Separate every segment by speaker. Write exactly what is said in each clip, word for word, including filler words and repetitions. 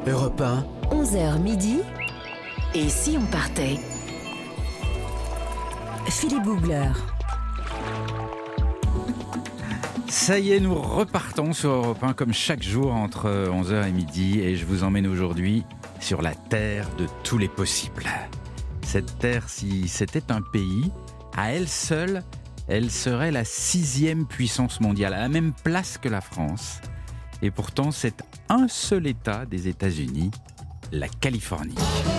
Speaker 1: Europe un,
Speaker 2: onze heures midi. Et si on partait? Philippe Googler.
Speaker 3: Ça y est, nous repartons sur Europe un comme chaque jour entre onze heures et midi et je vous emmène aujourd'hui sur la terre de tous les possibles. Cette terre, si c'était un pays, à elle seule, elle serait la sixième puissance mondiale, à la même place que la France. Et pourtant, c'est un seul État des États-Unis, la Californie.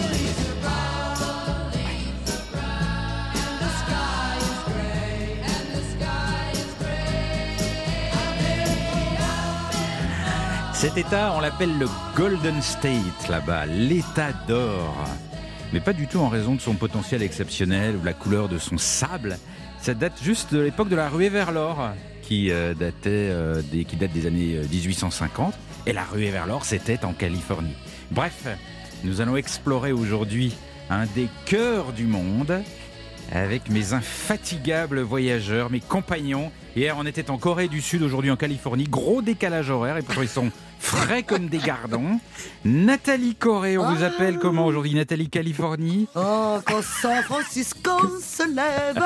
Speaker 3: Cet État, on l'appelle le Golden State là-bas, l'État d'or. Mais pas du tout en raison de son potentiel exceptionnel ou de la couleur de son sable. Ça date juste de l'époque de la ruée vers l'or, qui, euh, datait, euh, des, qui date des années dix-huit cent cinquante. Et la ruée vers l'or, c'était en Californie. Bref, nous allons explorer aujourd'hui un des cœurs du monde avec mes infatigables voyageurs, mes compagnons. Hier, on était en Corée du Sud, aujourd'hui en Californie. Gros décalage horaire et pourtant ils sont frais comme des gardons. Nathalie Corée, on ah. vous appelle comment aujourd'hui? Nathalie Californie?
Speaker 4: Oh, quand San Francisco se lève,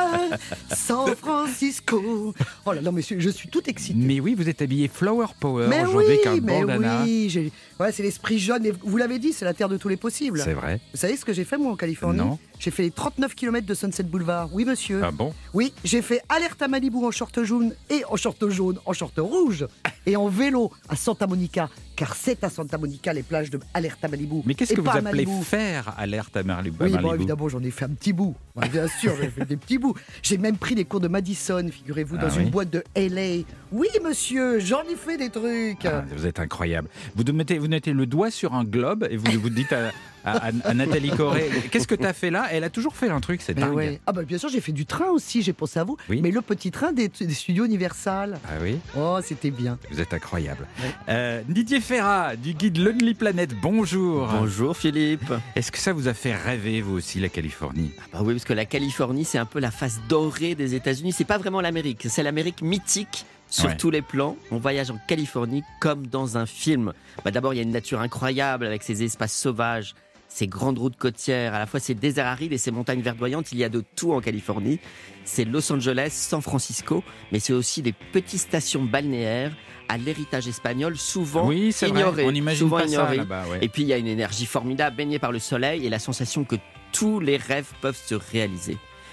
Speaker 4: San Francisco. Oh là là, monsieur, je suis tout excitée.
Speaker 3: Mais oui, vous êtes habillé Flower Power
Speaker 4: mais
Speaker 3: aujourd'hui
Speaker 4: oui,
Speaker 3: avec un
Speaker 4: mais
Speaker 3: bandana.
Speaker 4: Oui, j'ai... Ouais, c'est l'esprit jeune. Et vous l'avez dit, c'est la terre de tous les possibles.
Speaker 3: C'est vrai.
Speaker 4: Vous savez ce que j'ai fait moi en Californie?
Speaker 3: Non.
Speaker 4: J'ai fait les trente-neuf kilomètres de Sunset Boulevard. Oui, monsieur.
Speaker 3: Ah bon?
Speaker 4: Oui, j'ai fait alerte à Malibu en short jaune et en short jaune, en short rouge et en vélo à Santa Monica, car c'est à Santa Monica les plages de alerte à Malibu.
Speaker 3: Mais qu'est-ce
Speaker 4: et
Speaker 3: que vous appelez
Speaker 4: Malibu.
Speaker 3: faire alerte à Malibu?
Speaker 4: Oui, bon, évidemment, j'en ai fait un petit bout. Ouais, bien sûr, j'ai fait des petits bouts. J'ai même pris des cours de Madison, figurez-vous, dans ah, une oui boîte de L A. Oui, monsieur, j'en ai fait des trucs.
Speaker 3: Ah, vous êtes incroyable. Vous mettez, vous mettez le doigt sur un globe et vous vous dites à, à, à Nathalie Corée, qu'est-ce que tu as fait là? Elle a toujours fait un truc, c'est ben dingue. Ouais.
Speaker 4: Ah bah bien sûr, j'ai fait du train aussi, j'ai pensé à vous. Oui. Mais le petit train des, des studios Universal.
Speaker 3: Ah oui?
Speaker 4: Oh, c'était bien.
Speaker 3: Vous êtes incroyable. Ouais. Euh, Didier Ferrat, du guide Lonely Planet, bonjour.
Speaker 5: Bonjour Philippe.
Speaker 3: Est-ce que ça vous a fait rêver, vous aussi, la Californie?
Speaker 5: Ah bah oui, parce que la Californie, c'est un peu la face dorée des États-Unis. C'est pas vraiment l'Amérique, c'est l'Amérique mythique. Sur ouais. tous les plans, on voyage en Californie comme dans un film. Bah d'abord, il y a une nature incroyable avec ses espaces sauvages, ces grandes routes côtières, à la fois ces déserts arides et ces montagnes verdoyantes. Il y a de tout en Californie. C'est Los Angeles, San Francisco, mais c'est aussi des petites stations balnéaires à l'héritage espagnol, souvent
Speaker 3: oui, c'est
Speaker 5: ignoré.
Speaker 3: Vrai. On n'imagine
Speaker 5: souvent
Speaker 3: pas
Speaker 5: ignoré.
Speaker 3: ça là-bas. Ouais.
Speaker 5: Et puis, il y a une énergie formidable, baignée par le soleil et la sensation que tous les rêves peuvent se réaliser.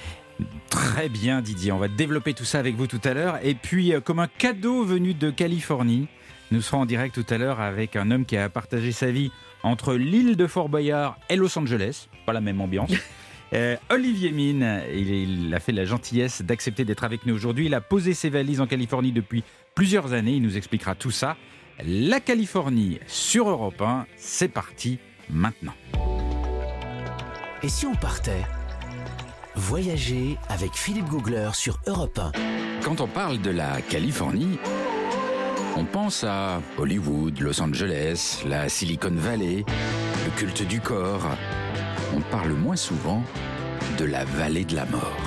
Speaker 3: Très bien Didier, on va développer tout ça avec vous tout à l'heure. Et puis, euh, comme un cadeau venu de Californie, nous serons en direct tout à l'heure avec un homme qui a partagé sa vie entre l'île de Fort Boyard et Los Angeles. Pas la même ambiance. euh, Olivier Mine, il, il a fait la gentillesse d'accepter d'être avec nous aujourd'hui. Il a posé ses valises en Californie depuis plusieurs années. Il nous expliquera tout ça. La Californie sur Europe un, c'est parti maintenant.
Speaker 1: Et si on partait ? Voyager avec Philippe Googler sur Europe un.
Speaker 3: Quand on parle de la Californie, on pense à Hollywood, Los Angeles, la Silicon Valley, le culte du corps. On parle moins souvent de la vallée de la mort.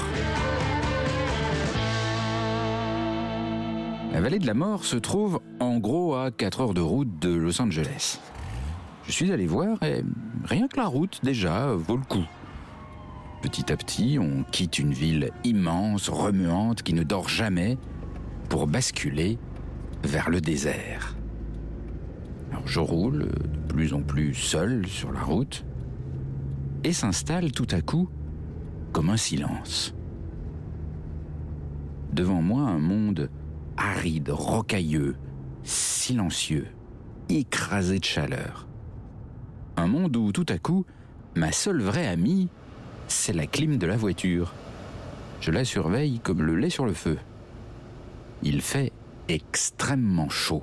Speaker 3: La vallée de la mort se trouve en gros à quatre heures de route de Los Angeles. Je suis allé voir et rien que la route déjà vaut le coup. Petit à petit, on quitte une ville immense, remuante, qui ne dort jamais, pour basculer vers le désert. Alors je roule de plus en plus seul sur la route, et s'installe tout à coup comme un silence. Devant moi, un monde aride, rocailleux, silencieux, écrasé de chaleur. Un monde où tout à coup, ma seule vraie amie, c'est la clim de la voiture. Je la surveille comme le lait sur le feu. Il fait extrêmement chaud.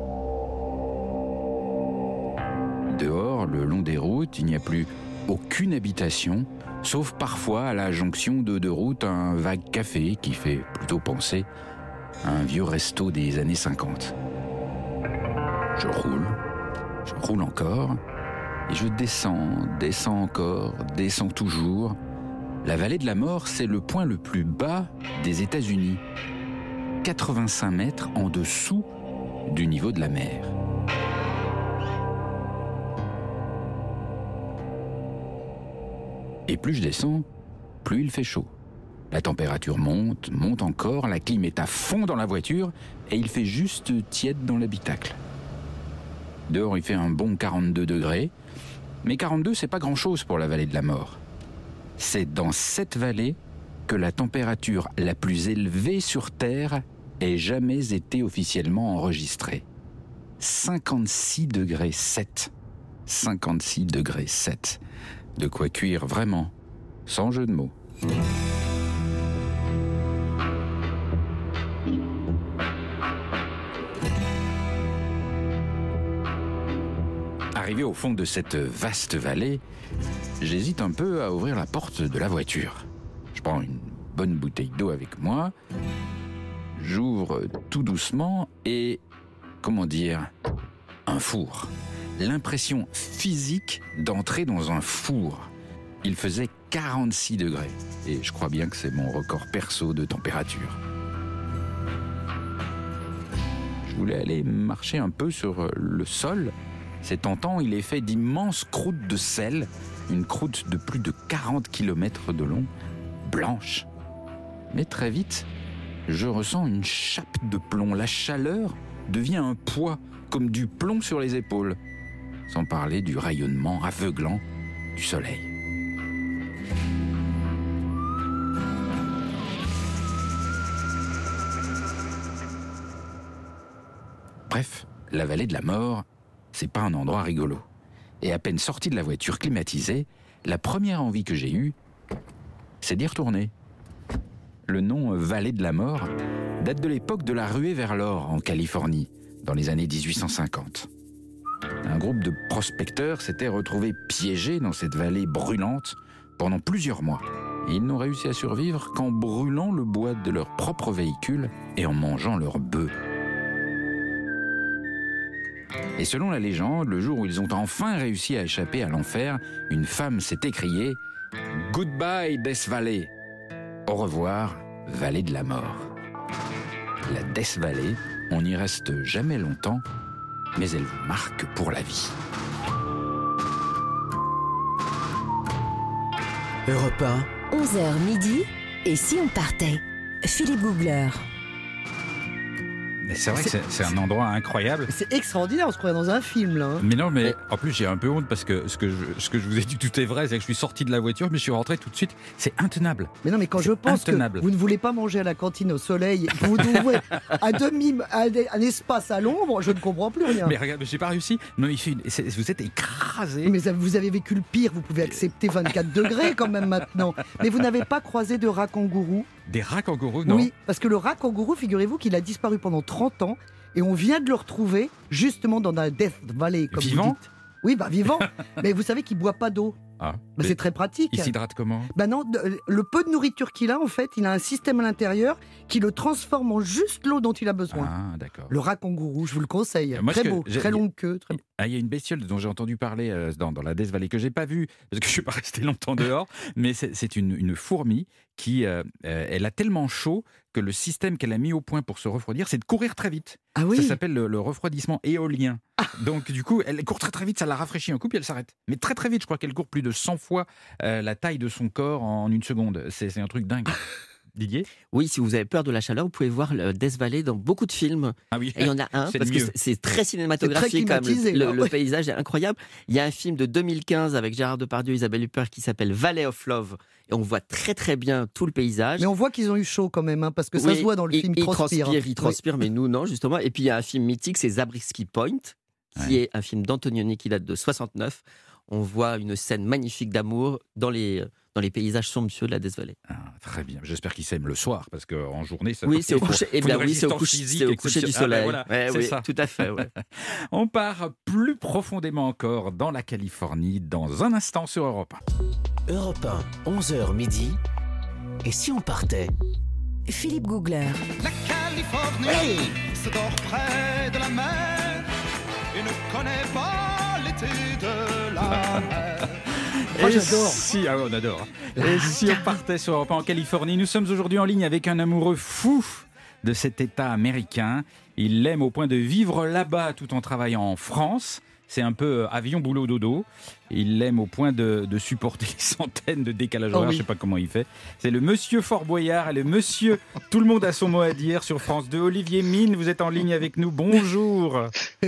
Speaker 3: Dehors, le long des routes, il n'y a plus aucune habitation, sauf parfois à la jonction de deux routes un vague café qui fait plutôt penser à un vieux resto des années cinquante. Je roule, je roule encore, et je descends, descends encore, descends toujours. La vallée de la mort, c'est le point le plus bas des États-Unis. quatre-vingt-cinq mètres en dessous du niveau de la mer. Et plus je descends, plus il fait chaud. La température monte, monte encore, la clim est à fond dans la voiture et il fait juste tiède dans l'habitacle. Dehors, il fait un bon quarante-deux degrés, mais quarante-deux, c'est pas grand-chose pour la vallée de la mort. C'est dans cette vallée que la température la plus élevée sur Terre ait jamais été officiellement enregistrée. cinquante-six degrés sept. cinquante-six degrés sept. De quoi cuire vraiment, sans jeu de mots. Arrivé au fond de cette vaste vallée, j'hésite un peu à ouvrir la porte de la voiture. Je prends une bonne bouteille d'eau avec moi, j'ouvre tout doucement et, comment dire, un four. L'impression physique d'entrer dans un four. Il faisait quarante-six degrés et je crois bien que c'est mon record perso de température. Je voulais aller marcher un peu sur le sol. C'est tentant, il est fait d'immenses croûtes de sel, une croûte de plus de quarante kilomètres de long, blanche. Mais très vite, je ressens une chape de plomb. La chaleur devient un poids, comme du plomb sur les épaules. Sans parler du rayonnement aveuglant du soleil. Bref, la vallée de la mort, c'est pas un endroit rigolo. Et à peine sorti de la voiture climatisée, la première envie que j'ai eue, c'est d'y retourner. Le nom Vallée de la Mort date de l'époque de la ruée vers l'or en Californie, dans les années dix-huit cent cinquante. Un groupe de prospecteurs s'était retrouvé piégé dans cette vallée brûlante pendant plusieurs mois. Et ils n'ont réussi à survivre qu'en brûlant le bois de leur propre véhicule et en mangeant leurs bœufs. Et selon la légende, le jour où ils ont enfin réussi à échapper à l'enfer, une femme s'est écriée « Goodbye, Death Valley !» Au revoir, Vallée de la Mort. La Death Valley, on n'y reste jamais longtemps, mais elle vous marque pour la vie.
Speaker 1: Europe un.
Speaker 2: onze heures midi, et si on partait? Philippe Googler.
Speaker 3: Mais c'est vrai que c'est, c'est un endroit incroyable.
Speaker 4: C'est extraordinaire, on se croirait dans un film là. Hein.
Speaker 3: Mais non, mais en plus j'ai un peu honte parce que ce que je, ce que je vous ai dit tout est vrai, c'est que je suis sorti de la voiture, mais je suis rentré tout de suite. C'est intenable.
Speaker 4: Mais non, mais quand
Speaker 3: c'est
Speaker 4: je pense
Speaker 3: intenable.
Speaker 4: que vous ne voulez pas manger à la cantine au soleil, vous ouvrez à demi un, un espace à l'ombre, je ne comprends plus rien.
Speaker 3: Mais regarde, mais j'ai pas réussi. Non, il fait une, c'est, vous êtes écrasé.
Speaker 4: Mais vous avez vécu le pire, vous pouvez accepter vingt-quatre degrés quand même maintenant. Mais vous n'avez pas croisé de rat kangourou?
Speaker 3: Des rats kangourous, non?
Speaker 4: Oui, parce que le rat kangourou, figurez-vous qu'il a disparu pendant trente ans. Et on vient de le retrouver justement dans la Death Valley, comme
Speaker 3: vivant?
Speaker 4: vous dites. Oui, bah vivant. Mais vous savez qu'il ne boit pas d'eau.
Speaker 3: Ah,
Speaker 4: bah, c'est très pratique.
Speaker 3: Il s'hydrate comment?
Speaker 4: Bah non, le peu de nourriture qu'il a, en fait, il a un système à l'intérieur qui le transforme en juste l'eau dont il a besoin.
Speaker 3: Ah, d'accord.
Speaker 4: Le rat kangourou, je vous le conseille.
Speaker 3: Moi,
Speaker 4: très
Speaker 3: que
Speaker 4: beau, très longue queue. Très...
Speaker 3: Ah, il y a une bestiole dont j'ai entendu parler euh, dans, dans la Death Valley que j'ai pas vue parce que je suis pas resté longtemps dehors, mais c'est, c'est une, une fourmi qui, euh, euh, elle a tellement chaud que le système qu'elle a mis au point pour se refroidir, c'est de courir très vite.
Speaker 4: Ah oui.
Speaker 3: Ça s'appelle le, le refroidissement éolien. Ah. Donc du coup, elle court très très vite, ça la rafraîchit un coup puis elle s'arrête. Mais très très vite, je crois qu'elle court plus de cent fois euh, la taille de son corps en une seconde. C'est, c'est un truc dingue. Didier?
Speaker 5: Oui, si vous avez peur de la chaleur, vous pouvez voir le Death Valley dans beaucoup de films.
Speaker 3: Ah oui.
Speaker 5: Et il y en a un,
Speaker 3: c'est
Speaker 5: parce que c'est, c'est très cinématographique,
Speaker 4: c'est très
Speaker 5: comme le, le, le
Speaker 4: ouais.
Speaker 5: paysage est incroyable. Il y a un film de deux mille quinze avec Gérard Depardieu et Isabelle Huppert qui s'appelle Valley of Love. Et on voit très très bien tout le paysage.
Speaker 4: Mais on voit qu'ils ont eu chaud quand même, hein, parce que ça
Speaker 5: oui,
Speaker 4: se voit dans le
Speaker 5: il,
Speaker 4: film.
Speaker 5: Il
Speaker 4: transpire,
Speaker 5: transpire, il transpire, oui. Mais nous non, justement. Et puis il y a un film mythique, c'est Zabriskie Point, qui ouais. est un film d'Antonioni qui date de soixante-neuf. On voit une scène magnifique d'amour dans les... dans les paysages somptueux de la Death Valley.
Speaker 3: Ah, très bien. J'espère qu'ils s'aiment le soir, parce qu'en journée, ça
Speaker 5: oui, c'est au coucher. Eh bien oui, c'est au coucher, c'est au coucher du soleil. Ah ben voilà, ouais,
Speaker 3: c'est
Speaker 5: oui,
Speaker 3: ça.
Speaker 5: Tout à fait. Ouais.
Speaker 3: On part plus profondément encore dans la Californie dans un instant sur Europe un.
Speaker 1: Europe un, onze heures midi. Et si on partait?
Speaker 2: Philippe Googler.
Speaker 6: La Californie hey se dort près de la mer et ne connaît pas l'été de la mer.
Speaker 4: Moi j'adore.
Speaker 3: Si, ah, on adore. Et si on partait sur Europe un en Californie, nous sommes aujourd'hui en ligne avec un amoureux fou de cet État américain. Il l'aime au point de vivre là-bas tout en travaillant en France. C'est un peu euh, avion boulot dodo. Il l'aime au point de, de supporter les centaines de décalages horaires. Oh oui. Je ne sais pas comment il fait. C'est le monsieur Fort Boyard et le monsieur tout le monde a son mot à dire sur France deux. Olivier Mine, vous êtes en ligne avec nous. Bonjour.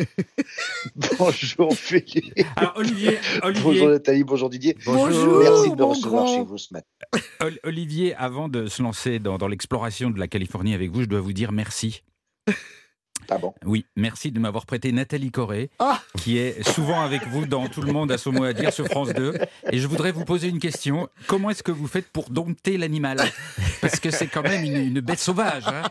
Speaker 7: Bonjour Philippe.
Speaker 3: Alors Olivier, Olivier.
Speaker 7: Bonjour Nathalie, bonjour Didier.
Speaker 4: Bonjour.
Speaker 7: Merci de me
Speaker 4: bon
Speaker 7: recevoir
Speaker 4: grand.
Speaker 7: chez vous ce matin.
Speaker 3: Olivier, avant de se lancer dans, dans l'exploration de la Californie avec vous, je dois vous dire merci.
Speaker 7: Ah bon ?
Speaker 3: Oui, merci de m'avoir prêté Nathalie Corré,
Speaker 4: Ah.
Speaker 3: qui est souvent avec vous dans Tout le monde a son mot à dire sur France deux. Et je voudrais vous poser une question. Comment est-ce que vous faites pour dompter l'animal ? Parce que c'est quand même une, une bête sauvage. Hein.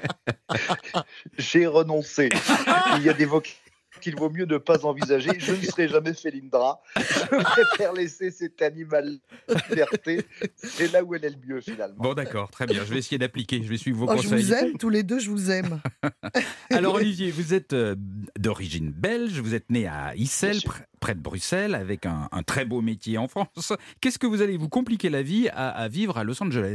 Speaker 7: J'ai renoncé. Il y a des vocs qu'il vaut mieux ne pas envisager. Je ne serai jamais Félindra. Je préfère laisser cet animal en liberté. C'est là où elle est le mieux, finalement.
Speaker 3: Bon, d'accord, très bien. Je vais essayer d'appliquer. Je vais suivre vos
Speaker 4: Oh, je
Speaker 3: conseils.
Speaker 4: vous aime, tous les deux, je vous aime.
Speaker 3: Alors, Olivier, vous êtes euh, d'origine belge. Vous êtes né à Issel,
Speaker 7: Bien sûr.
Speaker 3: pr- près de Bruxelles, avec un, un très beau métier en France. Qu'est-ce que vous allez vous compliquer la vie à, à vivre à Los Angeles ?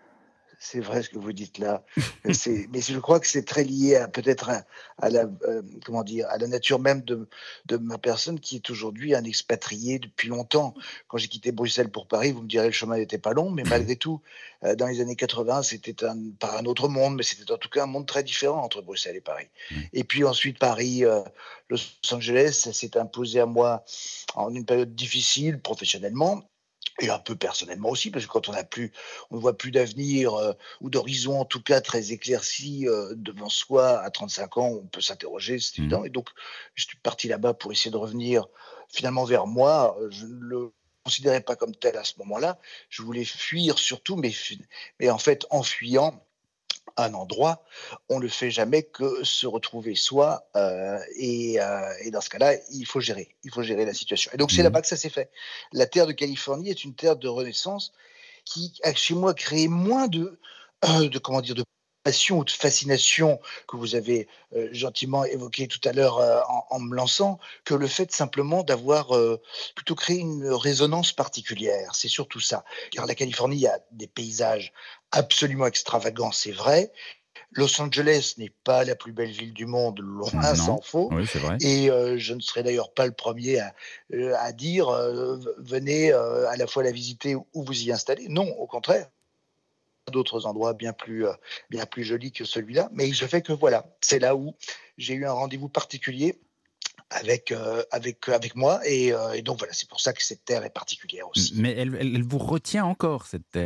Speaker 7: C'est vrai ce que vous dites là. C'est, mais je crois que c'est très lié à peut-être à, à la euh, comment dire à la nature même de, de ma personne qui est aujourd'hui un expatrié depuis longtemps. Quand j'ai quitté Bruxelles pour Paris, vous me direz le chemin n'était pas long, mais malgré tout, euh, dans les années quatre-vingts, c'était un, pas un autre monde, mais c'était en tout cas un monde très différent entre Bruxelles et Paris. Et puis ensuite Paris, euh, Los Angeles, ça s'est imposé à moi en une période difficile professionnellement. Et un peu personnellement aussi, parce que quand on n'a plus, on ne voit plus d'avenir euh, ou d'horizon en tout cas très éclairci euh, devant soi à trente-cinq ans, on peut s'interroger, c'est évident. Et donc, je suis parti là-bas pour essayer de revenir finalement vers moi. Je ne le considérais pas comme tel à ce moment-là. Je voulais fuir surtout, mais, mais en fait, en fuyant un endroit, on ne fait jamais que se retrouver soi euh, et, euh, et dans ce cas-là, il faut gérer, il faut gérer la situation. Et donc c'est
Speaker 3: Mmh.
Speaker 7: là-bas que ça s'est fait. La terre de Californie est une terre de renaissance qui a chez moi créé moins de, euh, de comment dire, de passion ou de fascination que vous avez euh, gentiment évoqué tout à l'heure euh, en, en me lançant, que le fait simplement d'avoir euh, plutôt créé une résonance particulière. C'est surtout ça. Car la Californie, il y a des paysages absolument extravagants, c'est vrai. Los Angeles n'est pas la plus belle ville du monde, loin
Speaker 3: Non.
Speaker 7: s'en faut.
Speaker 3: Oui, c'est vrai.
Speaker 7: Et euh, je ne serai d'ailleurs pas le premier à, euh, à dire euh, venez euh, à la fois la visiter ou vous y installer. Non, au contraire. D'autres endroits bien plus, euh, bien plus jolis que celui-là. Mais il se fait que voilà, c'est là où j'ai eu un rendez-vous particulier avec, euh, avec, avec moi. Et, euh, et donc voilà, c'est pour ça que cette terre est particulière aussi.
Speaker 3: Mais elle, elle, elle vous retient encore, cette terre ?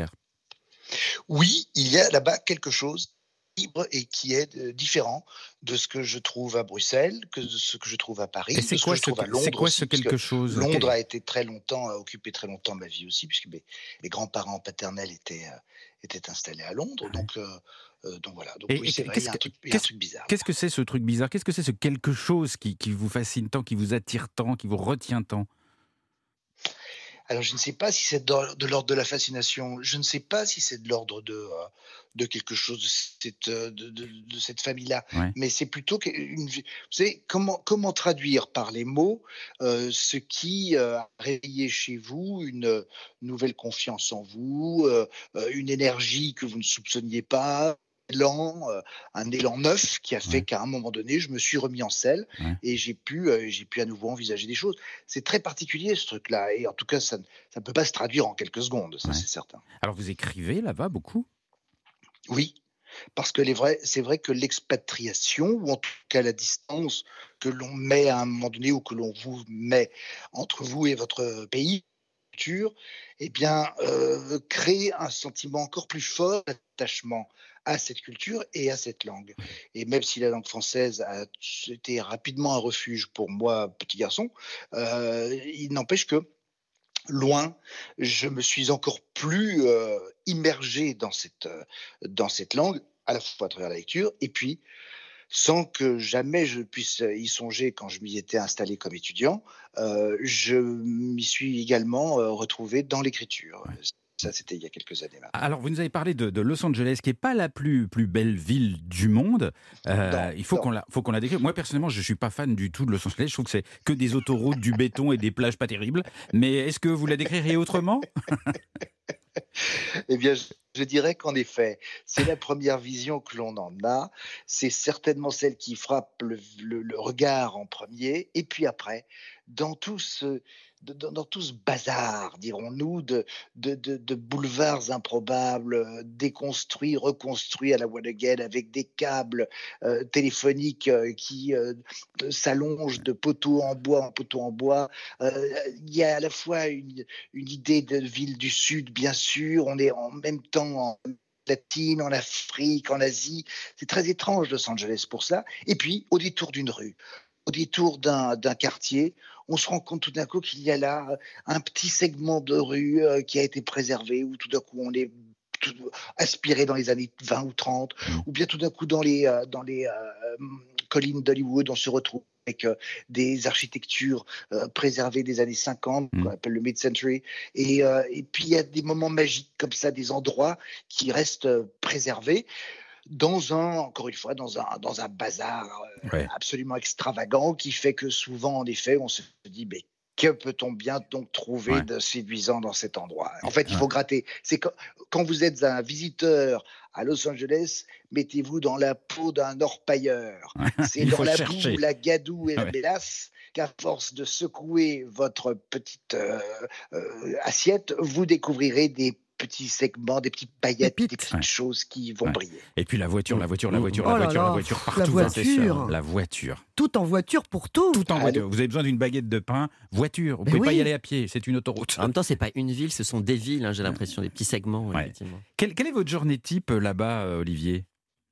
Speaker 7: Oui, il y a là-bas quelque chose libre et qui est euh, différent de ce que je trouve à Bruxelles, que de ce que je trouve à Paris,
Speaker 3: Et c'est
Speaker 7: de ce
Speaker 3: quoi
Speaker 7: que je
Speaker 3: ce,
Speaker 7: trouve à Londres
Speaker 3: c'est quoi
Speaker 7: aussi,
Speaker 3: ce
Speaker 7: puisque
Speaker 3: quelque chose ?
Speaker 7: Londres a été très longtemps, a occupé très longtemps ma vie aussi, puisque mes, mes grands-parents paternels étaient, euh, étaient installés à Londres. Donc, euh, euh, donc voilà. Donc
Speaker 3: Et-
Speaker 7: oui,
Speaker 3: et
Speaker 7: c'est vrai, il
Speaker 3: qu'est-ce
Speaker 7: y a un
Speaker 3: que-
Speaker 7: truc, il y a un
Speaker 3: qu'est-ce-
Speaker 7: truc bizarre.
Speaker 3: Qu'est-ce que c'est ce truc bizarre ? Qu'est-ce que c'est ce quelque chose qui, qui vous fascine tant, qui vous attire tant, qui vous retient tant ?
Speaker 7: Alors, je ne sais pas si c'est de, de l'ordre de la fascination. Je ne sais pas si c'est de l'ordre de, euh, de quelque chose de cette, euh, de, de, de cette famille-là.
Speaker 3: Ouais.
Speaker 7: Mais c'est plutôt que- une. Vous savez, comment, comment traduire par les mots euh, ce qui euh, a réveillé chez vous une euh, nouvelle confiance en vous, euh, euh, une énergie que vous ne soupçonniez pas, élan, euh, un élan neuf qui a fait
Speaker 3: Ouais.
Speaker 7: qu'à un moment donné, je me suis remis en selle
Speaker 3: Ouais.
Speaker 7: et j'ai pu, euh, j'ai pu à nouveau envisager des choses. C'est très particulier ce truc-là et en tout cas, ça ne ça ne peut pas se traduire en quelques secondes, ça
Speaker 3: Ouais.
Speaker 7: c'est certain.
Speaker 3: Alors vous écrivez là-bas beaucoup ?
Speaker 7: Oui, parce que les vrais, c'est vrai que l'expatriation, ou en tout cas la distance que l'on met à un moment donné ou que l'on vous met entre vous et votre pays, culture, eh bien, euh, crée un sentiment encore plus fort d'attachement à cette culture et à cette langue. Et même si la langue française a été rapidement un refuge pour moi, petit garçon, euh, il n'empêche que loin, je me suis encore plus euh, immergé dans cette, euh, dans cette langue, à la fois à travers la lecture, et puis sans que jamais je puisse y songer quand je m'y étais installé comme étudiant, euh, je m'y suis également euh, retrouvé dans l'écriture.
Speaker 3: Ouais.
Speaker 7: Ça, c'était il y a quelques années maintenant.
Speaker 3: Alors, vous nous avez parlé de, de Los Angeles, qui n'est pas la plus, plus belle ville du monde. Euh,
Speaker 7: Non,
Speaker 3: il faut
Speaker 7: non.
Speaker 3: qu'on la, faut qu'on la décrive. Moi, personnellement, je ne suis pas fan du tout de Los Angeles. Je trouve que c'est que des autoroutes, du béton et des plages pas terribles. Mais est-ce que vous la décririez autrement ?
Speaker 7: Eh bien, je, je dirais qu'en effet, c'est la première vision que l'on en a. C'est certainement celle qui frappe le, le- le regard en premier. Et puis après, dans tout ce, dans, dans tout ce bazar, dirons-nous, de, de, de, de boulevards improbables, euh, déconstruits, reconstruits à la one again, avec des câbles euh, téléphoniques euh, qui euh, s'allongent de poteau en bois en poteau en bois. Euh, Il y a à la fois une, une idée de ville du Sud, bien sûr, on est en même temps en latine, en Afrique, en Asie. C'est très étrange Los Angeles pour ça. Et puis, au détour d'une rue, au détour d'un, d'un quartier, on se rend compte tout d'un coup qu'il y a là un petit segment de rue euh, qui a été préservé, où tout d'un coup on est tout, aspiré dans les années vingt ou trente, ou bien tout d'un coup dans les, euh, dans les euh, collines d'Hollywood, on se retrouve avec euh, des architectures euh, préservées des années cinquante, qu'on appelle le mid-century. Et, euh, et puis il y a des moments magiques comme ça, des endroits qui restent euh, préservés dans un, encore une fois, dans un, dans un bazar euh,
Speaker 3: Ouais.
Speaker 7: absolument extravagant qui fait que souvent, en effet, on se dit, mais que peut-on bien donc trouver
Speaker 3: Ouais.
Speaker 7: de séduisant dans cet endroit? En fait, il
Speaker 3: Ouais.
Speaker 7: faut gratter. C'est quand, quand vous êtes un visiteur à Los Angeles, mettez-vous dans la peau d'un orpailleur. C'est
Speaker 3: Il
Speaker 7: dans
Speaker 3: faut
Speaker 7: la
Speaker 3: chercher.
Speaker 7: boue, la gadoue et la
Speaker 3: Ouais.
Speaker 7: mélasse qu'à force de secouer votre petite euh, euh, assiette, vous découvrirez des petits segments, des petites paillettes,
Speaker 4: Pépites.
Speaker 7: des petites
Speaker 3: Ouais.
Speaker 7: choses qui vont
Speaker 3: Ouais.
Speaker 7: briller.
Speaker 3: Et puis la voiture, la voiture, la voiture,
Speaker 4: Oh
Speaker 3: la
Speaker 4: là
Speaker 3: voiture,
Speaker 4: là,
Speaker 3: la voiture
Speaker 4: la
Speaker 3: partout.
Speaker 4: voiture.
Speaker 3: La voiture.
Speaker 4: Tout en voiture pour tout.
Speaker 3: Tout en
Speaker 7: Allô.
Speaker 3: voiture. Vous avez besoin d'une baguette de pain, voiture. Vous
Speaker 4: Mais
Speaker 3: pouvez pas
Speaker 4: oui.
Speaker 3: y aller à pied, c'est une autoroute.
Speaker 5: En même temps, c'est pas une ville, ce sont des villes, hein, j'ai l'impression, des petits segments,
Speaker 3: Ouais.
Speaker 5: effectivement.
Speaker 3: Quelle, quelle est votre journée type euh, là-bas, euh, Olivier?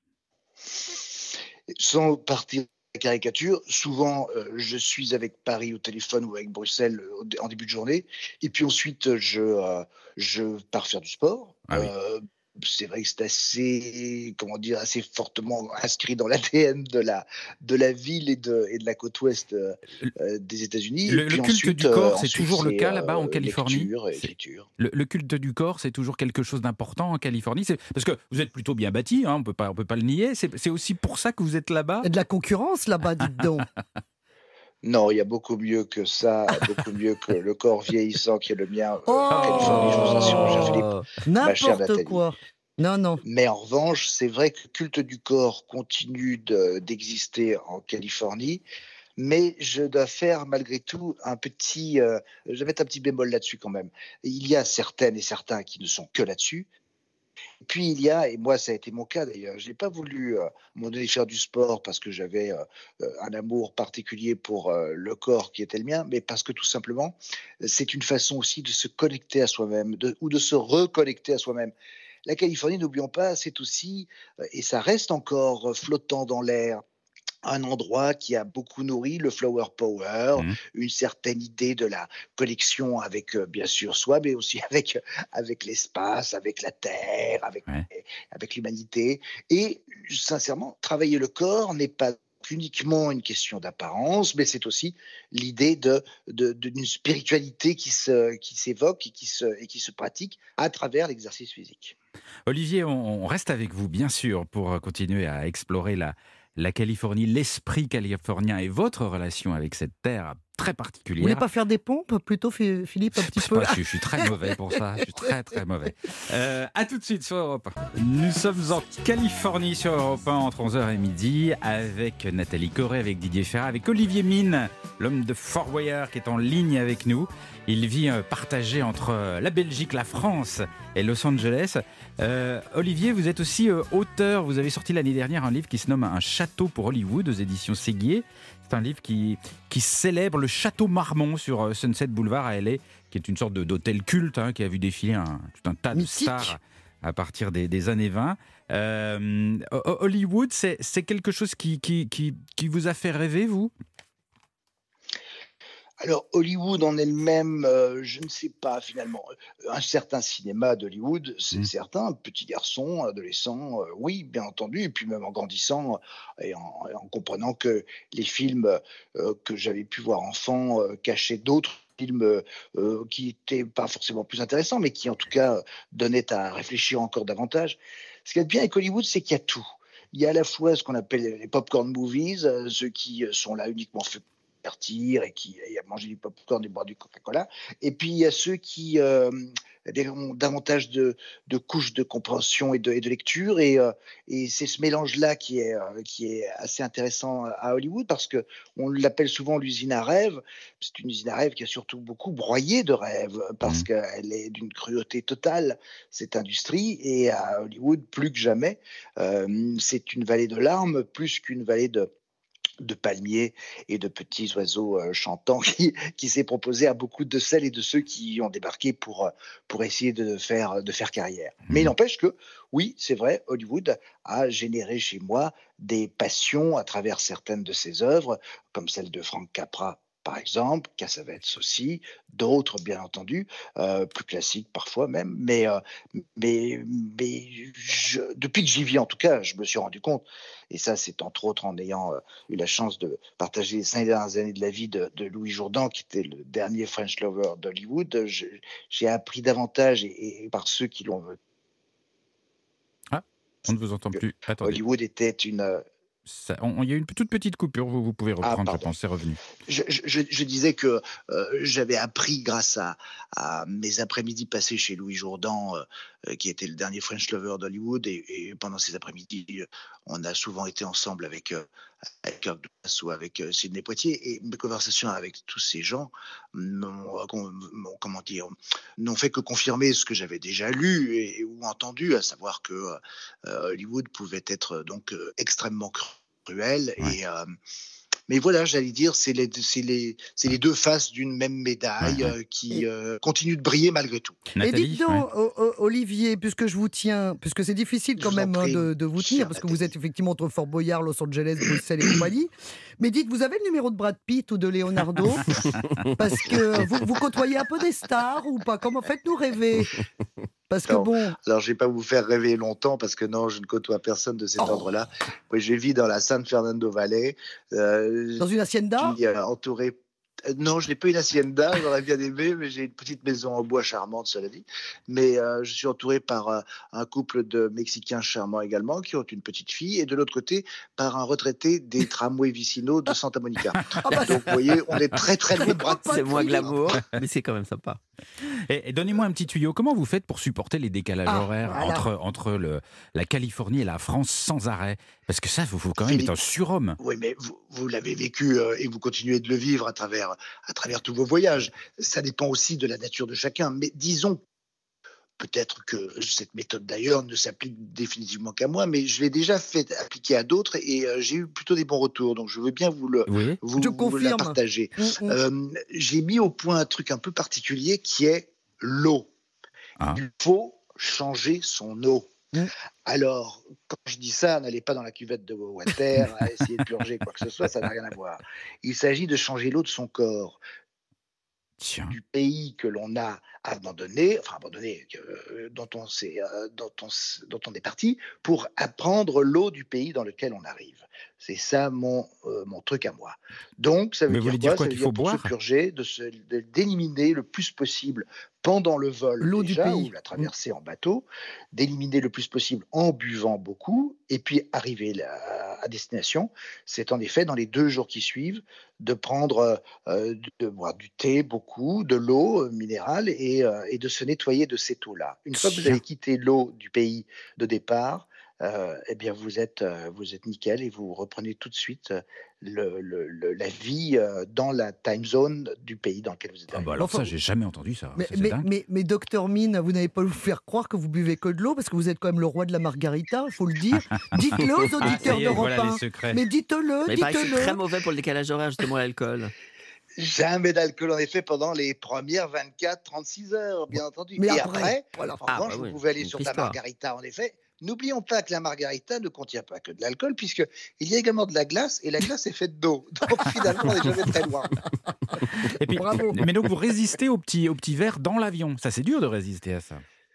Speaker 7: Sans partir de la caricature, souvent euh, je suis avec Paris au téléphone ou avec Bruxelles euh, au dé- en début de journée, et puis ensuite euh, je, euh, je pars faire du sport.
Speaker 3: Ah oui.
Speaker 7: Euh, c'est vrai que c'est assez, comment dire, assez fortement inscrit dans l'A D N de la, de la ville et de, et de la côte ouest euh, euh, des États-Unis.
Speaker 3: Le-
Speaker 7: Et puis
Speaker 3: le culte
Speaker 7: ensuite,
Speaker 3: du corps,
Speaker 7: euh,
Speaker 3: c'est
Speaker 7: ensuite,
Speaker 3: toujours le
Speaker 7: c'est,
Speaker 3: cas là-bas en
Speaker 7: euh,
Speaker 3: Californie.
Speaker 7: lecture et
Speaker 3: C'est-
Speaker 7: écriture.
Speaker 3: Le, le culte du corps, c'est toujours quelque chose d'important en Californie. C'est parce que vous êtes plutôt bien bâti, hein, on peut pas, on peut pas le nier. C'est, c'est aussi pour ça que vous êtes là-bas.
Speaker 4: Il y a de la concurrence là-bas, dites donc.
Speaker 7: Non, il y a beaucoup mieux que ça, beaucoup mieux que le corps vieillissant qui est le mien euh,
Speaker 4: Oh
Speaker 7: en Californie, je vous assure, cher Philippe. ma chère
Speaker 4: N'importe
Speaker 7: Nathalie.
Speaker 4: quoi. Non, non.
Speaker 7: Mais en revanche, c'est vrai que le culte du corps continue de- d'exister en Californie, mais je dois faire malgré tout un petit, euh, je vais mettre un petit bémol là-dessus quand même. Il y a certaines et certains qui ne sont que là-dessus. Puis il y a, et moi ça a été mon cas d'ailleurs, je n'ai pas voulu euh, à un moment donné faire du sport parce que j'avais euh, euh, un amour particulier pour euh, le corps qui était le mien, mais parce que tout simplement, c'est une façon aussi de se connecter à soi-même de- ou de se reconnecter à soi-même. La Californie, n'oublions pas, c'est aussi, euh, et ça reste encore euh, flottant dans l'air, un endroit qui a beaucoup nourri le flower power,
Speaker 3: Mhm.
Speaker 7: une certaine idée de la connexion avec, euh, bien sûr, soi, mais aussi avec, avec l'espace, avec la terre, avec,
Speaker 3: Ouais.
Speaker 7: avec l'humanité. Et sincèrement, travailler le corps n'est pas uniquement une question d'apparence, mais c'est aussi l'idée de, de, de- d'une spiritualité qui, se, qui s'évoque et qui, se, et qui se pratique à travers l'exercice physique.
Speaker 3: Olivier, on, on reste avec vous, bien sûr, pour euh, continuer à explorer la, la Californie, l'esprit californien et votre relation avec cette terre très
Speaker 4: Vous
Speaker 3: particulière.
Speaker 4: voulez pas faire des pompes plutôt, Phi- Philippe, un petit
Speaker 3: Je sais
Speaker 4: peu
Speaker 3: pas, je, je suis très mauvais pour ça. Je suis très très mauvais. Euh, à tout de suite sur Europe un. Nous sommes en Californie sur Europe un entre onze heures et midi avec Nathalie Corré, avec Didier Ferrat, avec Olivier Mine, l'homme de Fort Boyard qui est en ligne avec nous. Il vit euh, partagé entre euh, la Belgique, la France et Los Angeles. Euh, Olivier, vous êtes aussi euh, auteur. Vous avez sorti l'année dernière un livre qui se nomme Un château pour Hollywood aux éditions Séguier. C'est un livre qui, qui célèbre le château Marmont sur euh, Sunset Boulevard à L A, qui est une sorte de, d'hôtel culte hein, qui a vu défiler un, tout un tas
Speaker 4: Mythique.
Speaker 3: de stars à partir des, des années vingt. Euh, Hollywood, c'est, c'est quelque chose qui, qui, qui, qui vous a fait rêver, vous ?
Speaker 7: Alors, Hollywood en elle-même, euh, je ne sais pas finalement. Un certain cinéma d'Hollywood, c'est
Speaker 3: Mmh.
Speaker 7: certain. Petit garçon, adolescent, euh, oui, bien entendu. Et puis même en grandissant euh, et en, et en comprenant que les films euh, que j'avais pu voir enfant euh, cachaient d'autres films euh, qui n'étaient pas forcément plus intéressants, mais qui en tout cas donnaient à réfléchir encore davantage. Ce qu'il y a de bien avec Hollywood, c'est qu'il y a tout. Il y a à la fois ce qu'on appelle les popcorn movies, euh, ceux qui sont là uniquement faits divertir et qui et à manger du popcorn et boire du Coca-Cola. Et puis il y a ceux qui euh, eh bien, ont davantage de, de couches de compréhension et de, et de lecture. Et, euh, et c'est ce mélange-là qui est, euh, qui est assez intéressant à Hollywood, parce qu'on l'appelle souvent l'usine à rêves. C'est une usine à rêves qui a surtout beaucoup broyé de rêves, parce mmh. qu'elle est d'une cruauté totale, cette industrie. Et à Hollywood, plus que jamais, euh, c'est une vallée de larmes, plus qu'une vallée de de palmiers et de petits oiseaux euh, chantants qui, qui s'est proposé à beaucoup de celles et de ceux qui y ont débarqué pour, pour essayer de faire, de faire carrière. Mmh. Mais il n'empêche que, oui, c'est vrai, Hollywood a généré chez moi des passions à travers certaines de ses œuvres, comme celle de Frank Capra, par exemple, Cassavetes aussi, d'autres bien entendu, euh, plus classiques parfois même, mais, euh, mais, mais je, depuis que j'y vis en tout cas, je me suis rendu compte, et ça c'est entre autres en ayant euh, eu la chance de partager les cinq dernières années de la vie de, de Louis Jourdan, qui était le dernier French lover d'Hollywood, je, j'ai appris davantage, et, et par ceux qui l'ont...
Speaker 3: Ah, on ne vous entend plus, attendez.
Speaker 7: Hollywood était une...
Speaker 3: Ça, on, il y a une toute petite coupure, vous, vous pouvez reprendre, ah, je pense, c'est revenu.
Speaker 7: Je, je, je disais que euh, j'avais appris grâce à, à mes après-midi passés chez Louis Jourdan, euh, qui était le dernier French lover d'Hollywood, et, et pendant ces après-midi, on a souvent été ensemble avec, euh, avec Kirk Douglas ou avec euh, Sidney Poitier, et mes conversations avec tous ces gens m'ont, m'ont, comment dire, n'ont fait que confirmer ce que j'avais déjà lu et, ou entendu, à savoir que euh, Hollywood pouvait être donc euh, extrêmement cruel. Cruel ouais. et euh, mais voilà, j'allais dire, c'est les, c'est les, c'est les deux faces d'une même médaille ouais, ouais. Euh, qui euh, continuent de briller malgré tout.
Speaker 3: Nathalie,
Speaker 4: et dites donc, ouais. Olivier, puisque je vous tiens, puisque c'est difficile quand même hein, de, de vous tenir, parce que Nathalie. Vous êtes effectivement entre Fort Boyard, Los Angeles, Bruxelles et compagnie. Mais dites, vous avez le numéro de Brad Pitt ou de Leonardo? Parce que vous, vous côtoyez un peu des stars ou pas? Comment faites-nous rêver? Parce que
Speaker 7: non.
Speaker 4: bon...
Speaker 7: Alors, je ne vais pas vous faire rêver longtemps, parce que non, je ne côtoie personne de cet oh. ordre-là. Oui, je vis dans la San Fernando Valley. Euh,
Speaker 4: dans une hacienda
Speaker 7: qui, euh, entourée... Non, je n'ai pas une hacienda, j'aurais bien aimé, mais j'ai une petite maison en bois charmante, cela dit. Mais euh, je suis entouré par euh, un couple de Mexicains charmants également, qui ont une petite fille, et de l'autre côté, par un retraité des tramways vicinaux de Santa Monica. Donc, vous voyez, on est très très loin de Brad Pitt.
Speaker 5: C'est moins glamour, mais c'est quand même sympa.
Speaker 3: Et, et donnez-moi un petit tuyau, comment vous faites pour supporter les décalages ah, horaires voilà. entre, entre le, la Californie et la France sans arrêt? Parce que ça, vous, vous quand même Philippe, être un surhomme.
Speaker 7: Oui, mais vous, vous l'avez vécu euh, et vous continuez de le vivre à travers, à travers tous vos voyages. Ça dépend aussi de la nature de chacun. Mais disons, peut-être que cette méthode d'ailleurs ne s'applique définitivement qu'à moi, mais je l'ai déjà fait appliquer à d'autres et euh, j'ai eu plutôt des bons retours. Donc je veux bien vous, le, oui. vous, vous la partager. Mmh, mmh. Euh, j'ai mis au point un truc un peu particulier qui est l'eau. Ah. Il faut changer son eau. Mmh. Alors, quand je dis ça, n'allez pas dans la cuvette de water à essayer de purger quoi que ce soit, ça n'a rien à voir. Il s'agit de changer l'eau de son corps. Tiens. Du pays que l'on a abandonné, enfin abandonné, euh, dont, on s'est, euh, dont, on, dont on est parti, pour apprendre l'eau du pays dans lequel on arrive. C'est ça mon, euh, mon truc à moi. Donc, ça veut
Speaker 3: Mais
Speaker 7: dire,
Speaker 3: dire
Speaker 7: quoi,
Speaker 3: quoi
Speaker 7: ça veut dire pour se purger, de se, de, d'éliminer le plus possible pendant le vol
Speaker 4: l'eau
Speaker 7: déjà,
Speaker 4: du pays.
Speaker 7: ou la traversée mmh. en bateau, d'éliminer le plus possible en buvant beaucoup, et puis arriver là, à destination, c'est en effet dans les deux jours qui suivent de prendre, euh, de, de boire du thé beaucoup, de l'eau euh, minérale et, euh, et de se nettoyer de cette eau-là. Une fois que vous avez quitté l'eau du pays de départ, euh, eh bien vous êtes, euh, vous êtes nickel et vous reprenez tout de suite euh, le, le, le, la vie euh, dans la time zone du pays dans lequel vous êtes.
Speaker 3: Ah bah alors enfin, ça, j'ai jamais entendu ça.
Speaker 4: Mais,
Speaker 3: ça
Speaker 4: mais, mais, mais docteur Mine, vous n'avez pas vous faire croire que vous buvez que de l'eau parce que vous êtes quand même le roi de la margarita, il faut le dire. Dites-le aux auditeurs
Speaker 3: ah,
Speaker 4: d'Europe un.
Speaker 3: Voilà
Speaker 4: mais dites-le,
Speaker 5: mais
Speaker 4: dites-le.
Speaker 5: C'est très mauvais pour le décalage horaire, justement, l'alcool.
Speaker 7: Jamais d'alcool en effet pendant les premières vingt-quatre à trente-six heures, bien entendu.
Speaker 4: Mais
Speaker 7: et
Speaker 4: après,
Speaker 7: après
Speaker 4: voilà.
Speaker 7: en
Speaker 5: ah,
Speaker 7: revanche,
Speaker 5: bah
Speaker 7: vous
Speaker 5: oui,
Speaker 7: pouvez aller sur la margarita, en effet. N'oublions pas que la margarita ne contient pas que de l'alcool, puisqu'il y a également de la glace, et la glace est faite d'eau. Donc finalement, on n'est jamais très loin.
Speaker 3: Et puis, bravo. Mais donc, vous résistez au petit, au petit verre dans l'avion. Ça, c'est dur de résister à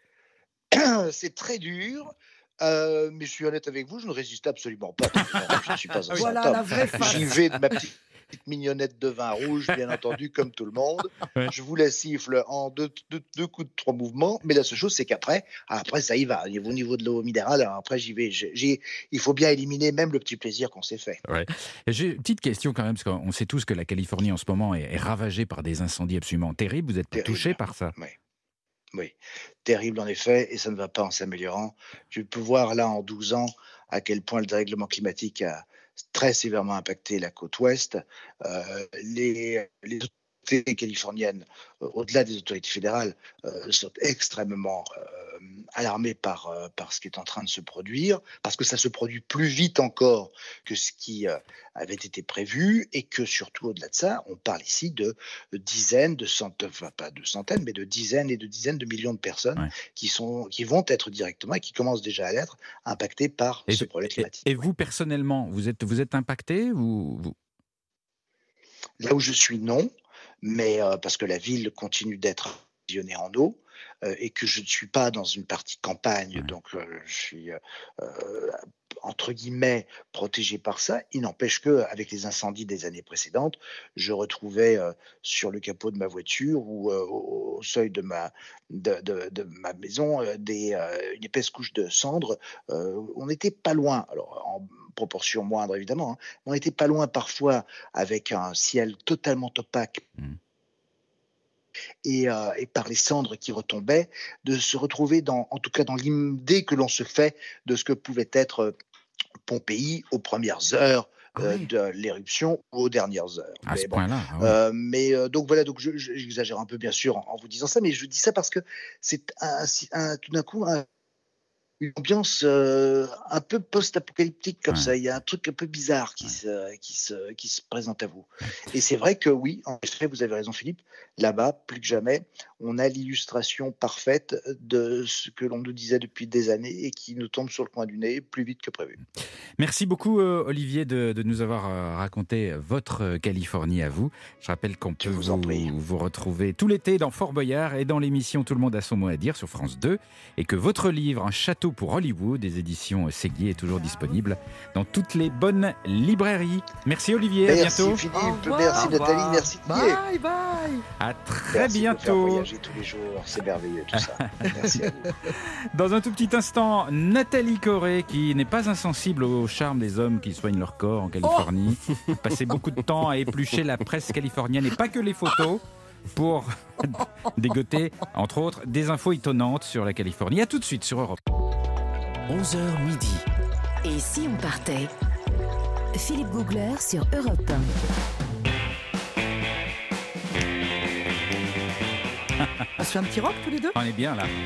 Speaker 3: ça.
Speaker 7: C'est très dur. Euh, mais je suis honnête avec vous, je ne résiste absolument pas. Je ne suis pas un
Speaker 4: voilà la vraie face.
Speaker 7: J'y vais de ma petite mignonnette de vin rouge, bien entendu, comme tout le monde. Ouais. Je vous la siffle en deux, deux, deux coups de trois mouvements. Mais la seule chose, c'est qu'après, après, ça y va. Au niveau de l'eau minérale, alors après, j'y vais. J'ai, il faut bien éliminer même le petit plaisir qu'on s'est fait.
Speaker 3: Ouais. J'ai une petite question quand même, parce qu'on sait tous que la Californie, en ce moment, est, est ravagée par des incendies absolument terribles. Vous êtes pas touché par ça?
Speaker 7: Ouais. Oui, terrible en effet, et ça ne va pas en s'améliorant. Je peux voir là en douze ans à quel point le dérèglement climatique a très sévèrement impacté la côte ouest. Euh, les, les autorités californiennes, euh, au-delà des autorités fédérales, euh, sont extrêmement euh, alarmées par, euh, par ce qui est en train de se produire, parce que ça se produit plus vite encore que ce qui euh, avait été prévu, et que surtout au-delà de ça, on parle ici de dizaines, de centaines, enfin pas de centaines, mais de dizaines et de dizaines de millions de personnes
Speaker 3: Ouais.
Speaker 7: qui, sont, qui vont être directement et qui commencent déjà à l'être impactées par
Speaker 3: Et,
Speaker 7: ce problème
Speaker 3: et-
Speaker 7: climatique.
Speaker 3: et vous, personnellement, vous êtes, vous êtes impacté ou vous...
Speaker 7: Là où je suis, non, mais euh, parce que la ville continue d'être approvisionnée en eau, euh, et que je ne suis pas dans une partie campagne,
Speaker 3: Ouais.
Speaker 7: donc euh, je suis euh, euh, entre guillemets protégé par ça. Il n'empêche qu'avec les incendies des années précédentes, je retrouvais euh, sur le capot de ma voiture ou euh, au, au seuil de ma, de, de- de ma maison euh, des, euh, une épaisse couche de cendres. Euh, on n'était pas loin, alors en proportion moindre évidemment, hein, mais on n'était pas loin parfois avec un ciel totalement opaque.
Speaker 3: Mm.
Speaker 7: Et, euh, et par les cendres qui retombaient, de se retrouver dans, en tout cas dans l'idée que l'on se fait de ce que pouvait être euh, Pompéi aux premières heures
Speaker 4: Ah
Speaker 7: euh,
Speaker 4: ouais.
Speaker 7: de l'éruption ou aux dernières heures.
Speaker 3: À ce
Speaker 7: Mais bon,
Speaker 3: point-là, ah ouais.
Speaker 7: euh, mais euh, donc voilà, donc je- je- j'exagère un peu bien sûr en, en vous disant ça, mais je dis ça parce que c'est un- un- tout d'un coup un- une ambiance euh, un peu post-apocalyptique comme
Speaker 3: Ouais.
Speaker 7: ça. Il y a un truc un peu bizarre qui,
Speaker 3: Ouais.
Speaker 7: se, qui, se, qui se présente à vous. Et c'est vrai que oui, en effet, vous avez raison Philippe, là-bas, plus que jamais, on a l'illustration parfaite de ce que l'on nous disait depuis des années et qui nous tombe sur le coin du nez plus vite que prévu.
Speaker 3: Merci beaucoup, euh, Olivier, de, de nous avoir euh, raconté votre euh, Californie à vous. Je rappelle qu'on peut
Speaker 7: Je vous en prie.
Speaker 3: vous, vous retrouver tout l'été dans Fort Boyard et dans l'émission Tout le monde a son mot à dire sur France deux, et que votre livre, Un château pour Hollywood, des éditions Séguier, est toujours disponible dans toutes les bonnes librairies. Merci, Olivier. À
Speaker 7: Merci
Speaker 3: bientôt.
Speaker 7: Philippe,
Speaker 4: Au revoir.
Speaker 7: merci
Speaker 3: Au revoir.
Speaker 7: Nathalie, merci Didier.
Speaker 4: Bye bye.
Speaker 3: À très
Speaker 7: Merci de me faire
Speaker 3: bientôt.
Speaker 7: voyager tous les jours, c'est merveilleux tout ça. Merci à vous.
Speaker 3: Dans un tout petit instant, Nathalie Corée, qui n'est pas insensible au charme des hommes qui soignent leur corps en Californie, passé beaucoup de temps à éplucher la presse californienne et pas que les photos, pour dégoter, entre autres, des infos étonnantes sur la Californie. À tout de suite sur Europe.
Speaker 1: onze heures midi.
Speaker 2: Et si on partait? Philippe Googler sur Europe un.
Speaker 4: On se fait un petit rock tous les deux?
Speaker 3: On est bien là.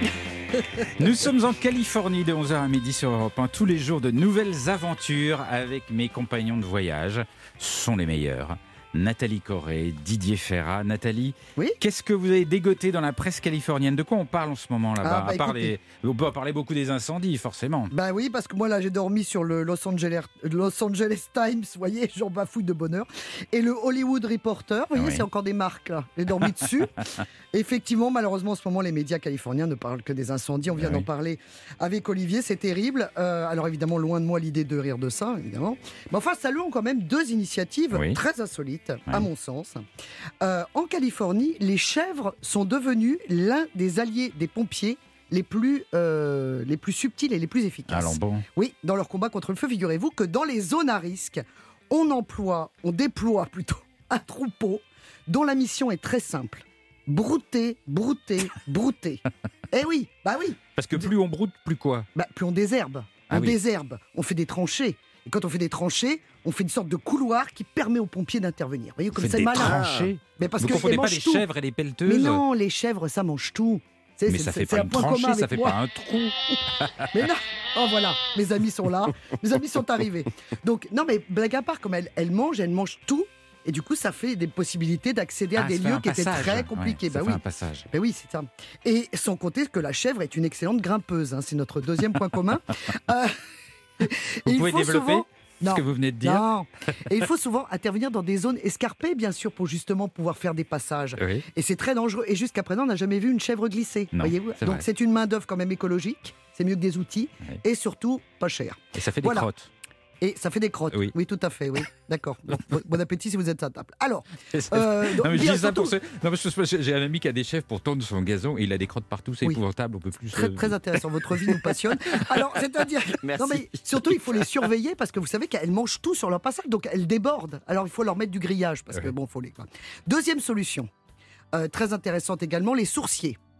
Speaker 3: Nous sommes en Californie de onze heures à midi sur Europe un. Tous les jours de nouvelles aventures avec mes compagnons de voyage. Ce sont les meilleurs. Nathalie Corée, Didier Ferrat. Nathalie,
Speaker 4: Oui.
Speaker 3: qu'est-ce que vous avez dégoté dans la presse californienne? De quoi on parle en ce moment là-bas?
Speaker 4: Ah, bah,
Speaker 3: À part
Speaker 4: écoutez.
Speaker 3: les- On peut parler beaucoup des incendies, forcément.
Speaker 4: Bah oui, parce que moi là j'ai dormi sur le Los Angeles, Los Angeles Times, vous voyez, j'en bafouille de bonheur. Et le Hollywood Reporter, vous voyez,
Speaker 3: Oui.
Speaker 4: c'est encore des marques là. J'ai dormi dessus. Effectivement, malheureusement en ce moment les médias californiens ne parlent que des incendies. On vient
Speaker 3: Ah oui.
Speaker 4: d'en parler avec Olivier, c'est terrible. Euh, alors évidemment, loin de moi l'idée de rire de ça, évidemment. Mais enfin, saluons quand même deux initiatives
Speaker 3: Oui.
Speaker 4: très insolites, à
Speaker 3: Oui.
Speaker 4: mon sens. Euh, en Californie, les chèvres sont devenues l'un des alliés des pompiers les plus, euh, les plus subtils et les plus efficaces.
Speaker 3: Alors bon,
Speaker 4: Oui, dans leur combat contre le feu, figurez-vous que dans les zones à risque, on emploie, on déploie plutôt un troupeau dont la mission est très simple. Brouter, brouter, brouter. Eh oui, bah oui,
Speaker 3: parce que plus on broute, plus quoi?
Speaker 4: bah, plus on désherbe. On
Speaker 3: Ah oui.
Speaker 4: désherbe, on fait des tranchées. Et quand on fait des tranchées, on fait une sorte de couloir qui permet aux pompiers d'intervenir. Vous voyez
Speaker 3: Vous
Speaker 4: comme
Speaker 3: faites
Speaker 4: c'est
Speaker 3: des
Speaker 4: malin.
Speaker 3: tranchées.
Speaker 4: Mais parce
Speaker 3: Vous
Speaker 4: que
Speaker 3: confondez
Speaker 4: elles
Speaker 3: pas
Speaker 4: mangent
Speaker 3: les
Speaker 4: tout.
Speaker 3: chèvres et les pelleteuses?
Speaker 4: Mais non, les chèvres, ça mange tout. C'est-
Speaker 3: Mais
Speaker 4: c'est-
Speaker 3: ça
Speaker 4: c'est-
Speaker 3: fait
Speaker 4: c'est
Speaker 3: pas
Speaker 4: un
Speaker 3: une
Speaker 4: point commun
Speaker 3: tranchée, ça
Speaker 4: avec
Speaker 3: fait
Speaker 4: moi.
Speaker 3: pas un trou.
Speaker 4: Mais non, oh voilà, mes amis sont là, mes amis sont arrivés. Donc, non mais blague à part, comme elle, elle mange, elle mange tout, et du coup ça fait des possibilités d'accéder à
Speaker 3: Ah,
Speaker 4: des
Speaker 3: ça fait
Speaker 4: lieux
Speaker 3: un
Speaker 4: qui étaient
Speaker 3: passage.
Speaker 4: très
Speaker 3: Ouais,
Speaker 4: compliqués.
Speaker 3: ça
Speaker 4: bah
Speaker 3: fait
Speaker 4: oui,
Speaker 3: un passage.
Speaker 4: bah oui, c'est ça. Et sans compter que la chèvre est une excellente grimpeuse, hein, c'est notre deuxième point commun. Euh, et
Speaker 3: Vous
Speaker 4: il
Speaker 3: pouvez
Speaker 4: faut
Speaker 3: développer
Speaker 4: souvent-
Speaker 3: ce
Speaker 4: Non.
Speaker 3: que vous venez de dire?
Speaker 4: Non. Et il faut souvent intervenir dans des zones escarpées, bien sûr, pour justement pouvoir faire des passages.
Speaker 3: Oui.
Speaker 4: Et c'est très dangereux. Et jusqu'à présent, on n'a jamais vu une chèvre glisser.
Speaker 3: Non,
Speaker 4: Voyez-vous.
Speaker 3: c'est
Speaker 4: Donc
Speaker 3: vrai.
Speaker 4: c'est une main-d'œuvre quand même écologique. C'est mieux que des outils.
Speaker 3: Oui.
Speaker 4: Et surtout, pas cher.
Speaker 3: Et ça fait des
Speaker 4: Voilà.
Speaker 3: crottes.
Speaker 4: Et ça fait des crottes.
Speaker 3: Oui.
Speaker 4: tout à fait. Oui, d'accord. Bon, bon- bon appétit si vous êtes à table. Alors, euh, donc,
Speaker 3: Non, mais je
Speaker 4: bien,
Speaker 3: dis ça pour
Speaker 4: surtout-
Speaker 3: ce- non, parce que j'ai un ami qui a des chèvres pour tondre son gazon et il a des crottes partout, c'est
Speaker 4: Oui.
Speaker 3: épouvantable, on peut plus.
Speaker 4: Très,
Speaker 3: se-
Speaker 4: très intéressant, votre vie nous passionne. Alors, c'est-à-dire,
Speaker 5: Merci.
Speaker 4: non mais surtout il faut les surveiller parce que vous savez qu'elles mangent tout sur leur passage, donc elles débordent. Alors il faut leur mettre du grillage parce que
Speaker 3: Ouais.
Speaker 4: bon, faut les. Quoi. Deuxième solution, euh, très intéressante également, les sourciers.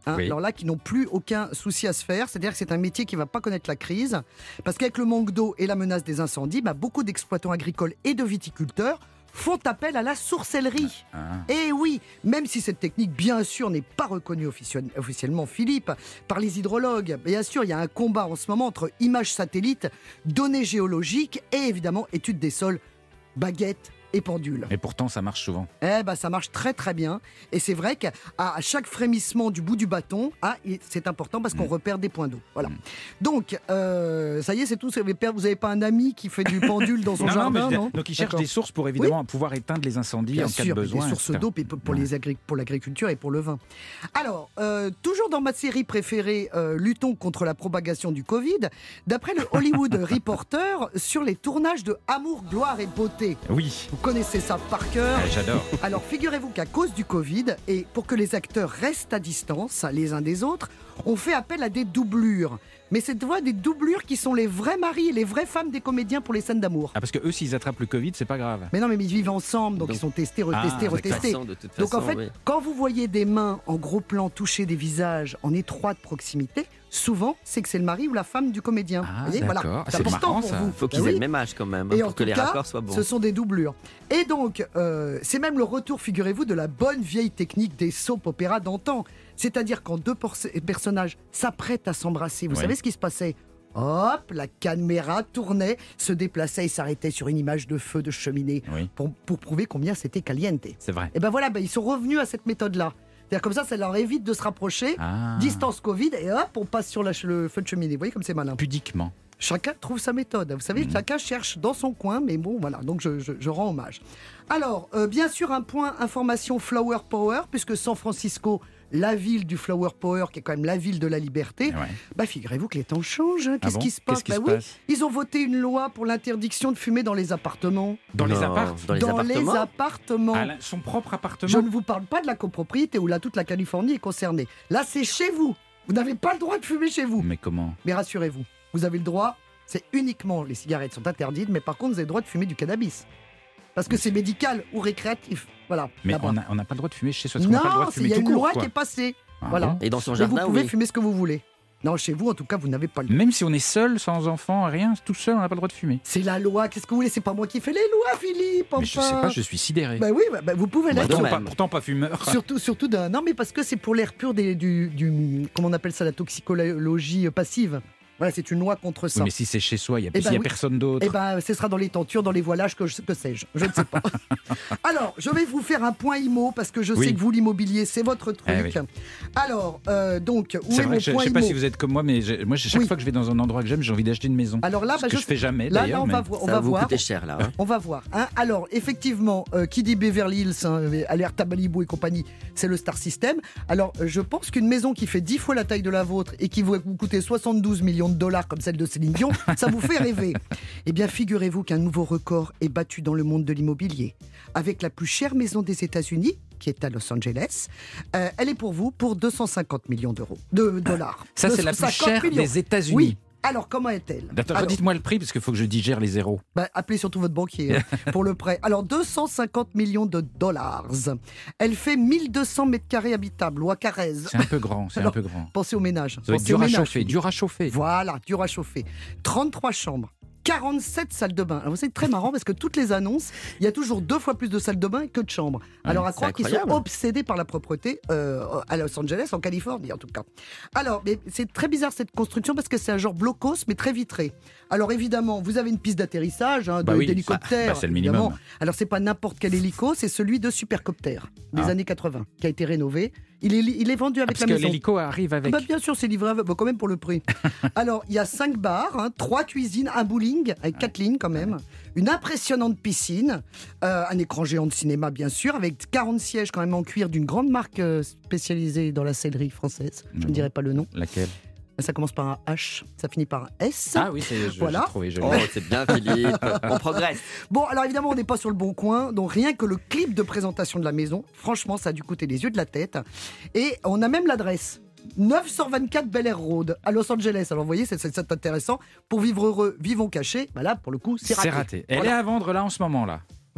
Speaker 4: Hein,
Speaker 3: Oui.
Speaker 4: alors là, qui n'ont plus aucun souci à se faire. C'est-à-dire que c'est un métier qui ne va pas connaître la crise. Parce qu'avec le manque d'eau et la menace des incendies, bah, beaucoup d'exploitants agricoles et de viticulteurs font appel à la sourcellerie.
Speaker 3: Ah.
Speaker 4: Et oui, même si cette technique, bien sûr, n'est pas reconnue officio- officiellement, Philippe, par les hydrologues. Bien sûr, il y a un combat en ce moment entre images satellites, données géologiques et évidemment études des sols, baguettes et pendules.
Speaker 3: Et pourtant, ça marche souvent.
Speaker 4: Eh ben, ça marche très très bien. Et c'est vrai qu'à à chaque frémissement du bout du bâton, ah, et c'est important parce qu'on
Speaker 3: Mm.
Speaker 4: repère des points d'eau. Voilà.
Speaker 3: Mm.
Speaker 4: Donc, euh, ça y est, c'est tout. Vous n'avez pas un ami qui fait du pendule dans son
Speaker 3: Non, non,
Speaker 4: jardin,
Speaker 3: mais je veux dire,
Speaker 4: non
Speaker 3: donc ils cherchent
Speaker 4: D'accord.
Speaker 3: des sources pour évidemment pouvoir éteindre les incendies
Speaker 4: Bien
Speaker 3: en cas
Speaker 4: sûr,
Speaker 3: de besoin.
Speaker 4: des sources
Speaker 3: et cetera.
Speaker 4: d'eau puis pour, pour
Speaker 3: Ouais.
Speaker 4: les agri- pour l'agriculture et pour le vin. Alors, euh, toujours dans ma série préférée, euh, Luttons contre la propagation du Covid, d'après le Hollywood Reporter sur les tournages de Amour, gloire et beauté.
Speaker 3: Oui,
Speaker 4: Vous connaissez ça par cœur.
Speaker 3: ah, j'adore.
Speaker 4: Alors figurez-vous qu'à cause du Covid, et pour que les acteurs restent à distance les uns des autres, on fait appel à des doublures. Mais cette fois, des doublures qui sont les vrais maris et les vraies femmes des comédiens pour les scènes d'amour.
Speaker 3: Ah, parce que eux, s'ils attrapent le Covid, c'est pas grave.
Speaker 4: Mais non, mais ils vivent ensemble, donc,
Speaker 5: Donc-
Speaker 4: ils sont testés, retestés,
Speaker 3: Ah,
Speaker 5: De toute
Speaker 4: retestés.
Speaker 5: façon, de toute
Speaker 4: Donc en
Speaker 5: façon,
Speaker 4: fait,
Speaker 5: oui.
Speaker 4: quand vous voyez des mains en gros plan toucher des visages en étroite proximité, souvent c'est que c'est le mari ou la femme du comédien.
Speaker 3: Ah,
Speaker 4: Vous voyez, voilà.
Speaker 3: d'accord.
Speaker 4: C'est
Speaker 3: C'est
Speaker 4: important
Speaker 3: marrant,
Speaker 4: pour
Speaker 3: ça.
Speaker 4: vous.
Speaker 5: Faut qu'ils
Speaker 4: Ben
Speaker 5: aient
Speaker 4: oui.
Speaker 5: le même âge quand même, hein,
Speaker 4: Et en
Speaker 5: pour que
Speaker 4: tout
Speaker 5: les
Speaker 4: cas,
Speaker 5: raccords soient bons.
Speaker 4: ce sont des doublures. Et donc, euh, c'est même le retour, figurez-vous, de la bonne vieille technique des soap-opéras d'antan. C'est-à-dire quand deux por- personnages s'apprêtent à s'embrasser, vous
Speaker 3: Ouais.
Speaker 4: savez ce qui se passait ? Hop, la caméra tournait, se déplaçait et s'arrêtait sur une image de feu de cheminée
Speaker 3: Oui,
Speaker 4: pour, pour prouver combien c'était caliente.
Speaker 3: c'est vrai.
Speaker 4: Et ben voilà, ben ils sont revenus à cette méthode-là. C'est-à-dire comme ça, ça leur évite de se rapprocher.
Speaker 3: Ah,
Speaker 4: Distance Covid et hop, on passe sur la ch- le feu de cheminée. Vous voyez comme c'est malin.
Speaker 3: pudiquement.
Speaker 4: Chacun trouve sa méthode. Vous savez,
Speaker 3: Mhm.
Speaker 4: chacun cherche dans son coin, mais bon, voilà. Donc je, je- je rends hommage. Alors, euh, bien sûr, un point information Flower Power, puisque San Francisco, la ville du Flower Power, qui est quand même la ville de la liberté,
Speaker 3: Ouais.
Speaker 4: bah figurez-vous que les temps changent. hein. Qu'est-ce
Speaker 3: Ah bon
Speaker 4: qui se passe
Speaker 3: Qu'est-ce qui
Speaker 4: Bah
Speaker 3: se
Speaker 4: oui,
Speaker 3: passe
Speaker 4: ils ont voté une loi pour l'interdiction de fumer dans les appartements.
Speaker 3: Dans les
Speaker 5: Non,
Speaker 3: apparts
Speaker 5: Dans les appartements.
Speaker 4: appartements.
Speaker 3: Ah, là, son propre appartement.
Speaker 4: Je ne vous parle pas de la copropriété où là toute la Californie est concernée. Là, c'est chez vous. Vous n'avez pas le droit de fumer chez vous.
Speaker 3: Mais comment
Speaker 4: Mais rassurez-vous, vous avez le droit. C'est uniquement les cigarettes sont interdites, mais par contre, vous avez le droit de fumer du cannabis. Parce que c'est médical ou récréatif. Voilà.
Speaker 3: Mais
Speaker 4: là-bas.
Speaker 3: on n'a on n'a pas le droit de fumer chez soi. Parce qu'on n'a pas le droit
Speaker 4: Non,
Speaker 3: de
Speaker 4: il
Speaker 3: fumer
Speaker 4: y a
Speaker 3: tout
Speaker 4: une
Speaker 3: court,
Speaker 4: loi
Speaker 3: quoi.
Speaker 4: qui est passée.
Speaker 3: Ah
Speaker 4: Voilà.
Speaker 3: bon
Speaker 5: Et dans son
Speaker 4: Mais vous
Speaker 5: jardin,
Speaker 4: pouvez
Speaker 5: oui.
Speaker 4: fumer ce que vous voulez. Non, chez vous, en tout cas, vous n'avez pas le droit.
Speaker 3: Même si on est seul, sans enfant, rien, tout seul, on n'a pas le droit de fumer.
Speaker 4: C'est la loi. Qu'est-ce que vous voulez ? C'est pas moi qui fais les lois, Philippe.
Speaker 3: Mais je sais
Speaker 4: enfin.
Speaker 3: pas, je suis sidéré.
Speaker 4: Ben oui, bah, bah, vous pouvez
Speaker 5: Moi,
Speaker 4: l'être.
Speaker 5: non,
Speaker 3: pourtant,
Speaker 5: même.
Speaker 3: pas, pourtant pas fumeur.
Speaker 4: Surtout, surtout d'un. Non, mais parce que c'est pour l'air pur des, du, du. Comment on appelle ça, la toxicologie passive. Voilà, c'est une loi contre ça.
Speaker 3: Oui, mais si c'est chez soi, il n'y a,
Speaker 4: Eh
Speaker 3: s'il
Speaker 4: ben
Speaker 3: y a
Speaker 4: oui.
Speaker 3: personne d'autre.
Speaker 4: Eh ben, ce sera dans les tentures, dans les voilages, que, je- que sais-je. Je ne sais pas. Alors, je vais vous faire un point immo parce que je
Speaker 3: Oui.
Speaker 4: sais que vous, l'immobilier, c'est votre truc.
Speaker 3: Eh oui.
Speaker 4: Alors, euh, donc, où
Speaker 3: C'est
Speaker 4: est
Speaker 3: vrai
Speaker 4: mon
Speaker 3: que je ne
Speaker 4: point
Speaker 3: sais pas
Speaker 4: immo
Speaker 3: si vous êtes comme moi, mais j'ai- moi, chaque
Speaker 4: Oui.
Speaker 3: fois que je vais dans un endroit que j'aime, j'ai envie d'acheter une maison.
Speaker 4: Alors là,
Speaker 3: Ce
Speaker 4: bah,
Speaker 3: que
Speaker 4: je
Speaker 3: je fais jamais
Speaker 4: Là, là,
Speaker 3: d'ailleurs.
Speaker 4: on
Speaker 3: mais-
Speaker 4: va, vo- on
Speaker 5: Ça
Speaker 4: va
Speaker 5: va vous
Speaker 4: voir.
Speaker 5: coûter cher là. hein.
Speaker 4: On va voir. hein. Alors, effectivement, euh, qui dit Beverly Hills, hein, Alerte à Malibu et compagnie, c'est le Star System. Alors, euh, je pense qu'une maison qui fait dix fois la taille de la vôtre et qui va vous coûter soixante-douze millions de dollars comme celle de Céline Dion, ça vous fait rêver. Eh bien, figurez-vous qu'un nouveau record est battu dans le monde de l'immobilier. Avec la plus chère maison des États-Unis, qui est à Los Angeles, euh, elle est pour vous pour deux cent cinquante millions d'euros. De dollars.
Speaker 3: Ça, c'est la plus
Speaker 4: deux cent cinquante
Speaker 3: chère
Speaker 4: millions.
Speaker 3: des États-Unis.
Speaker 4: Oui. Alors, comment est-elle
Speaker 3: Attends,
Speaker 4: Alors,
Speaker 3: dites-moi le prix parce qu'il faut que je digère les zéros.
Speaker 4: bah, appelez surtout votre banquier hein, pour le prêt. Alors, deux cent cinquante millions de dollars. Elle fait mille deux cents mètres carrés habitables, ou à Carrez.
Speaker 3: C'est un peu grand, c'est un
Speaker 4: Alors,
Speaker 3: peu grand.
Speaker 4: Pensez au ménage.
Speaker 3: Ça doit être
Speaker 4: Pensez
Speaker 3: dur
Speaker 4: au
Speaker 3: à
Speaker 4: ménage,
Speaker 3: chauffer,
Speaker 4: Philippe.
Speaker 3: dur à chauffer.
Speaker 4: Voilà, dur à chauffer. trente-trois chambres. quarante-sept salles de bain. Alors, c'est très marrant parce que toutes les annonces, il y a toujours deux fois plus de salles de bain que de chambres. Alors, à
Speaker 5: c'est
Speaker 4: croire qu'ils sont
Speaker 5: incroyable.
Speaker 4: obsédés par la propreté euh, à Los Angeles, en Californie en tout cas. Alors, mais c'est très bizarre cette construction parce que c'est un genre blocos mais très vitré. Alors, évidemment, vous avez une piste d'atterrissage, hein, de-
Speaker 3: Bah oui,
Speaker 4: d'hélicoptère.
Speaker 3: bah, c'est le
Speaker 4: évidemment.
Speaker 3: minimum.
Speaker 4: Alors, c'est pas n'importe quel hélico, c'est celui de Supercopter des
Speaker 3: Ah.
Speaker 4: années quatre-vingts qui a été rénové. Il est, il est vendu
Speaker 3: Ah,
Speaker 4: avec
Speaker 3: parce
Speaker 4: la
Speaker 3: que
Speaker 4: maison.
Speaker 3: l'hélico arrive avec.
Speaker 4: Bah, bien sûr, c'est livré avec- bah, quand même pour le prix. Alors, il y a cinq bars, hein, trois cuisines, un bowling avec quatre lignes quand même, une impressionnante piscine, euh, un écran géant de cinéma bien sûr, avec quarante sièges quand même en cuir d'une grande marque euh, spécialisée dans la sellerie française. Je ne
Speaker 3: Mhm.
Speaker 4: dirai pas le nom.
Speaker 3: Laquelle
Speaker 4: Ça commence par un H, ça finit par un S.
Speaker 3: Ah oui, c'est, je,
Speaker 4: Voilà.
Speaker 3: j'ai trouvé joli.
Speaker 5: Oh, c'est bien Philippe, on progresse.
Speaker 4: Bon, alors évidemment, on n'est pas sur le bon coin, donc rien que le clip de présentation de la maison, franchement, ça a dû coûter les yeux de la tête. Et on a même l'adresse. neuf cent vingt-quatre Bel Air Road à Los Angeles. Alors vous voyez, c'est, c'est, c'est intéressant. Pour vivre heureux, vivons cachés. Bah là, pour le coup, c'est raté.
Speaker 3: C'est raté. Elle
Speaker 4: Voilà.
Speaker 3: est à vendre là en ce moment là.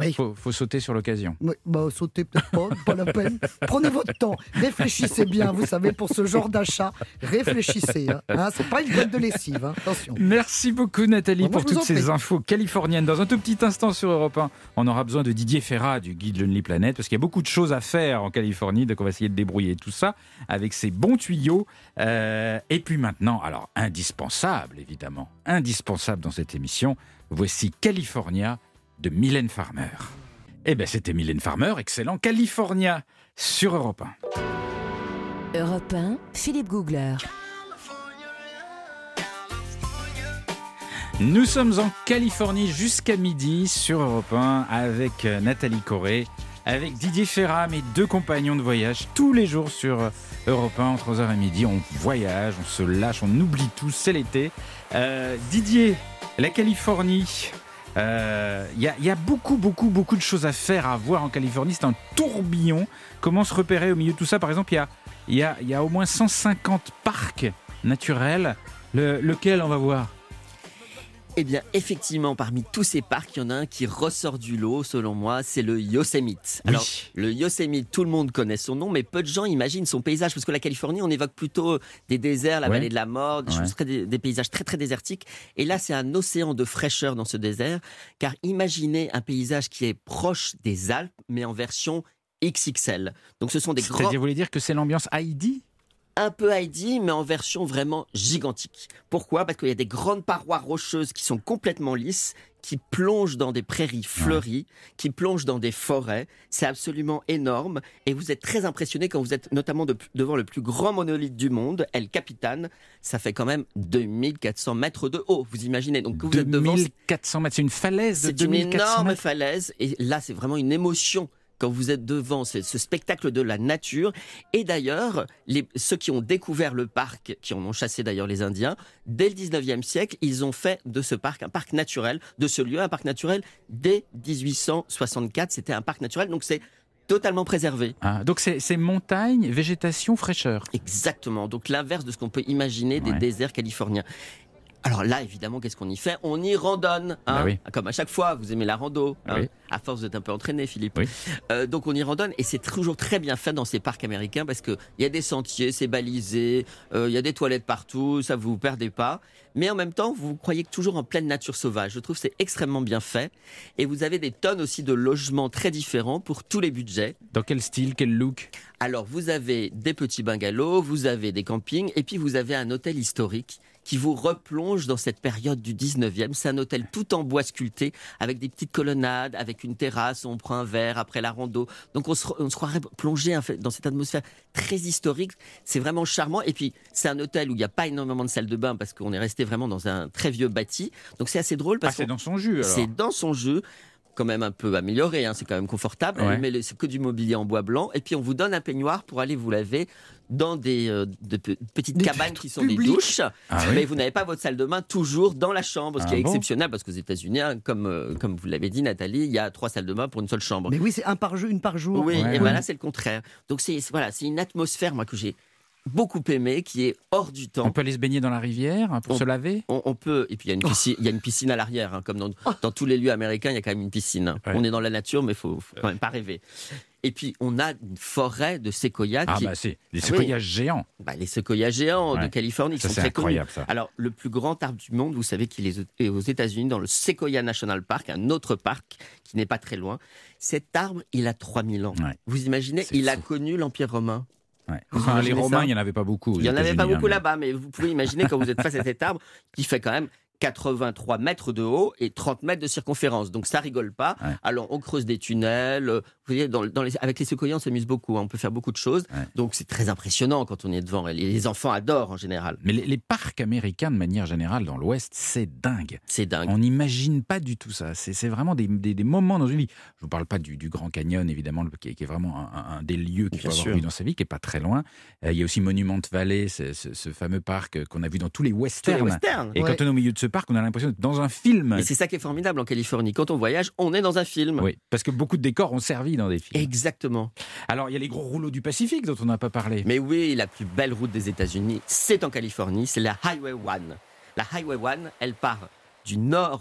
Speaker 3: Il faut, faut sauter sur l'occasion.
Speaker 4: Oui, bah, sautez peut-être pas, pas la peine. Prenez votre temps, réfléchissez bien, vous savez, pour ce genre d'achat, réfléchissez. Hein. Hein, c'est pas une boîte de lessive, hein. Attention.
Speaker 3: Merci beaucoup Nathalie
Speaker 4: Bon,
Speaker 3: pour
Speaker 4: moi, je vous
Speaker 3: toutes
Speaker 4: en
Speaker 3: ces
Speaker 4: prie.
Speaker 3: infos californiennes. Dans un tout petit instant sur Europe un, on aura besoin de Didier Ferrat du guide Lonely Planet, parce qu'il y a beaucoup de choses à faire en Californie, donc on va essayer de débrouiller tout ça avec ses bons tuyaux. Euh, et puis maintenant, alors indispensable évidemment, indispensable dans cette émission, voici California de Mylène Farmer. Eh bien, c'était Mylène Farmer, excellent. California sur Europe un.
Speaker 2: Europe un, Philippe Googler.
Speaker 3: Nous sommes en Californie jusqu'à midi sur Europe un avec Nathalie Corré, avec Didier Ferrat, mes deux compagnons de voyage, tous les jours sur Europe un, entre onze heures et midi. On voyage, on se lâche, on oublie tout, c'est l'été. Euh, Didier, la Californie... Il euh, y, y a beaucoup, beaucoup, beaucoup de choses à faire, à voir en Californie. C'est un tourbillon. Comment se repérer au milieu de tout ça? Par exemple, il y a, y, a, y a au moins cent cinquante parcs naturels. Le, lequel on va voir?
Speaker 5: Eh bien, effectivement, parmi tous ces parcs, il y en a un qui ressort du lot, selon moi, c'est le Yosemite.
Speaker 3: Oui.
Speaker 5: Alors, le Yosemite, tout le monde connaît son nom, mais peu de gens imaginent son paysage, parce que la Californie, on évoque plutôt des déserts, la
Speaker 3: Ouais.
Speaker 5: vallée de la mort, des,
Speaker 3: Ouais.
Speaker 5: choses très, des, des paysages très, très désertiques. Et là, c'est un océan de fraîcheur dans ce désert, car imaginez un paysage qui est proche des Alpes, mais en version X X L. Donc, ce sont des grands...
Speaker 3: C'est-à-dire, vous voulez dire que c'est l'ambiance Heidi?
Speaker 5: Un peu Heidi, mais en version vraiment gigantique. Pourquoi? Parce qu'il y a des grandes parois rocheuses qui sont complètement lisses, qui plongent dans des prairies fleuries, ouais. qui plongent dans des forêts. C'est absolument énorme. Et vous êtes très impressionné quand vous êtes notamment de, devant le plus grand monolithe du monde, El Capitan. Ça fait quand même deux mille quatre cents mètres de haut. Vous imaginez? Donc, vous êtes devant,
Speaker 3: deux mille quatre cents mètres, c'est une falaise de
Speaker 5: c'est
Speaker 3: deux
Speaker 5: une
Speaker 3: mille quatre cents
Speaker 5: énorme
Speaker 3: mètres.
Speaker 5: falaise. Et là, c'est vraiment une émotion quand vous êtes devant ce, ce spectacle de la nature. Et d'ailleurs, les, ceux qui ont découvert le parc, qui en ont chassé d'ailleurs les Indiens, dès le dix-neuvième siècle, ils ont fait de ce parc un parc naturel, de ce lieu un parc naturel dès dix-huit cent soixante-quatre. C'était un parc naturel, donc c'est totalement préservé.
Speaker 3: Ah, donc c'est, c'est montagne, végétation, fraîcheur.
Speaker 5: Exactement, donc l'inverse de ce qu'on peut imaginer des
Speaker 3: Ouais.
Speaker 5: déserts californiens. Alors là, évidemment, qu'est-ce qu'on y fait? On y randonne, hein,
Speaker 3: Bah oui.
Speaker 5: comme à chaque fois. Vous aimez la rando, hein.
Speaker 3: Oui.
Speaker 5: À force, vous êtes un peu entraîné, Philippe.
Speaker 3: Oui.
Speaker 5: Euh, donc on y randonne et c'est toujours très bien fait dans ces parcs américains parce que il y a des sentiers, c'est balisé, euh, il y a des toilettes partout, ça vous vous perdez pas. Mais en même temps, vous croyez toujours en pleine nature sauvage. Je trouve que c'est extrêmement bien fait et vous avez des tonnes aussi de logements très différents pour tous les budgets.
Speaker 3: Dans quel style, quel look?
Speaker 5: Alors, vous avez des petits bungalows, vous avez des campings, et puis vous avez un hôtel historique qui vous replonge dans cette période du dix-neuvième. C'est un hôtel tout en bois sculpté, avec des petites colonnades, avec une terrasse où on prend un verre après la rando. Donc, on se, on se croirait plongé dans cette atmosphère très historique. C'est vraiment charmant. Et puis, c'est un hôtel où il n'y a pas énormément de salles de bain parce qu'on est resté vraiment dans un très vieux bâti. Donc, c'est assez drôle parce
Speaker 3: Ah, c'est
Speaker 5: que
Speaker 3: dans son jus, alors.
Speaker 5: c'est dans son jeu. Quand même un peu amélioré, hein, c'est quand même confortable,
Speaker 3: Ouais.
Speaker 5: mais le- c'est que du mobilier en bois blanc. Et puis on vous donne un peignoir pour aller vous laver dans des euh, de pe- petites
Speaker 4: Des
Speaker 5: cabanes
Speaker 4: douches
Speaker 5: qui sont
Speaker 4: publiques.
Speaker 5: des douches.
Speaker 3: Ah oui.
Speaker 5: Mais vous n'avez pas votre salle de bain toujours dans la chambre, ce
Speaker 3: Ah
Speaker 5: qui est
Speaker 3: bon
Speaker 5: exceptionnel parce qu'aux États-Unis, hein, comme euh, comme vous l'avez dit, Nathalie, il y a trois salles de bain pour une seule chambre.
Speaker 4: Mais oui, c'est un par jour, une par jour.
Speaker 5: Oui,
Speaker 3: Ouais,
Speaker 5: et
Speaker 3: ouais.
Speaker 5: ben là c'est le contraire. Donc c'est voilà, c'est une atmosphère moi que j'ai beaucoup aimée, qui est hors du temps.
Speaker 3: On peut aller se baigner dans la rivière hein, pour
Speaker 5: On-
Speaker 3: se laver?
Speaker 5: On, on peut, et puis il y a une piscine, il y a une piscine à l'arrière, hein, comme dans, dans tous les lieux américains, il y a quand même une piscine. hein.
Speaker 3: Ouais.
Speaker 5: On est dans la nature, mais il faut, faut quand même pas rêver. Et puis on a une forêt de séquoias.
Speaker 3: Ah
Speaker 5: qui,
Speaker 3: bah c'est des
Speaker 5: Ah
Speaker 3: séquoias
Speaker 5: oui.
Speaker 3: géants.
Speaker 5: bah, les séquoias géants
Speaker 3: Ouais.
Speaker 5: de Californie, qui
Speaker 3: Ça
Speaker 5: sont
Speaker 3: c'est
Speaker 5: très connus.
Speaker 3: incroyable ça.
Speaker 5: Alors le plus grand arbre du monde, vous savez qu'il est aux États-Unis, dans le Sequoia National Park, un autre parc qui n'est pas très loin. Cet arbre, il a trois mille ans.
Speaker 3: Ouais.
Speaker 5: Vous imaginez,
Speaker 3: C'est
Speaker 5: il a
Speaker 3: fou.
Speaker 5: connu l'Empire romain.
Speaker 3: Ouais.
Speaker 5: Vous
Speaker 3: Enfin, les
Speaker 5: imaginez
Speaker 3: Romains,
Speaker 5: ça
Speaker 3: il n'y en avait pas beaucoup. aux
Speaker 5: Il n'y en avait pas
Speaker 3: États-Unis,
Speaker 5: beaucoup
Speaker 3: hein, mais-
Speaker 5: là-bas, mais vous pouvez imaginer quand vous êtes face à cet arbre qui fait quand même quatre-vingt-trois mètres de haut et trente mètres de circonférence. Donc ça rigole pas.
Speaker 3: Ouais.
Speaker 5: Alors on creuse des tunnels. euh, Vous voyez, dans, dans les, avec les séquoias, on s'amuse beaucoup. hein, On peut faire beaucoup de choses.
Speaker 3: Ouais.
Speaker 5: Donc c'est très impressionnant quand on est devant. Et les enfants adorent en général.
Speaker 3: Mais les, les parcs américains, de manière générale, dans l'Ouest, c'est dingue.
Speaker 5: C'est dingue.
Speaker 3: On n'imagine pas du tout ça. C'est, c'est vraiment des, des, des moments dans une vie. Je ne vous parle pas du, du Grand Canyon, évidemment, le- qui, est, qui est vraiment un, un- un des lieux qu'il faut
Speaker 5: Bien
Speaker 3: avoir
Speaker 5: sûr.
Speaker 3: vu dans sa vie, qui n'est pas très loin. Euh, il y a aussi Monument Valley, ce, ce- ce fameux parc euh, qu'on a vu dans tous les
Speaker 5: Tous les
Speaker 3: westerns.
Speaker 5: westerns.
Speaker 3: Et
Speaker 4: Ouais.
Speaker 3: quand on est au milieu de ce parc, on a l'impression d'être dans un film.
Speaker 5: Et c'est ça qui est formidable en Californie. Quand on voyage, on est dans un film.
Speaker 3: Oui, parce que beaucoup de décors ont servi dans des films.
Speaker 5: Exactement.
Speaker 3: Alors, il y a les gros rouleaux du Pacifique dont on n'a pas parlé.
Speaker 5: Mais oui, la plus belle route des États-Unis, c'est en Californie, c'est la Highway one. La Highway one, elle part du nord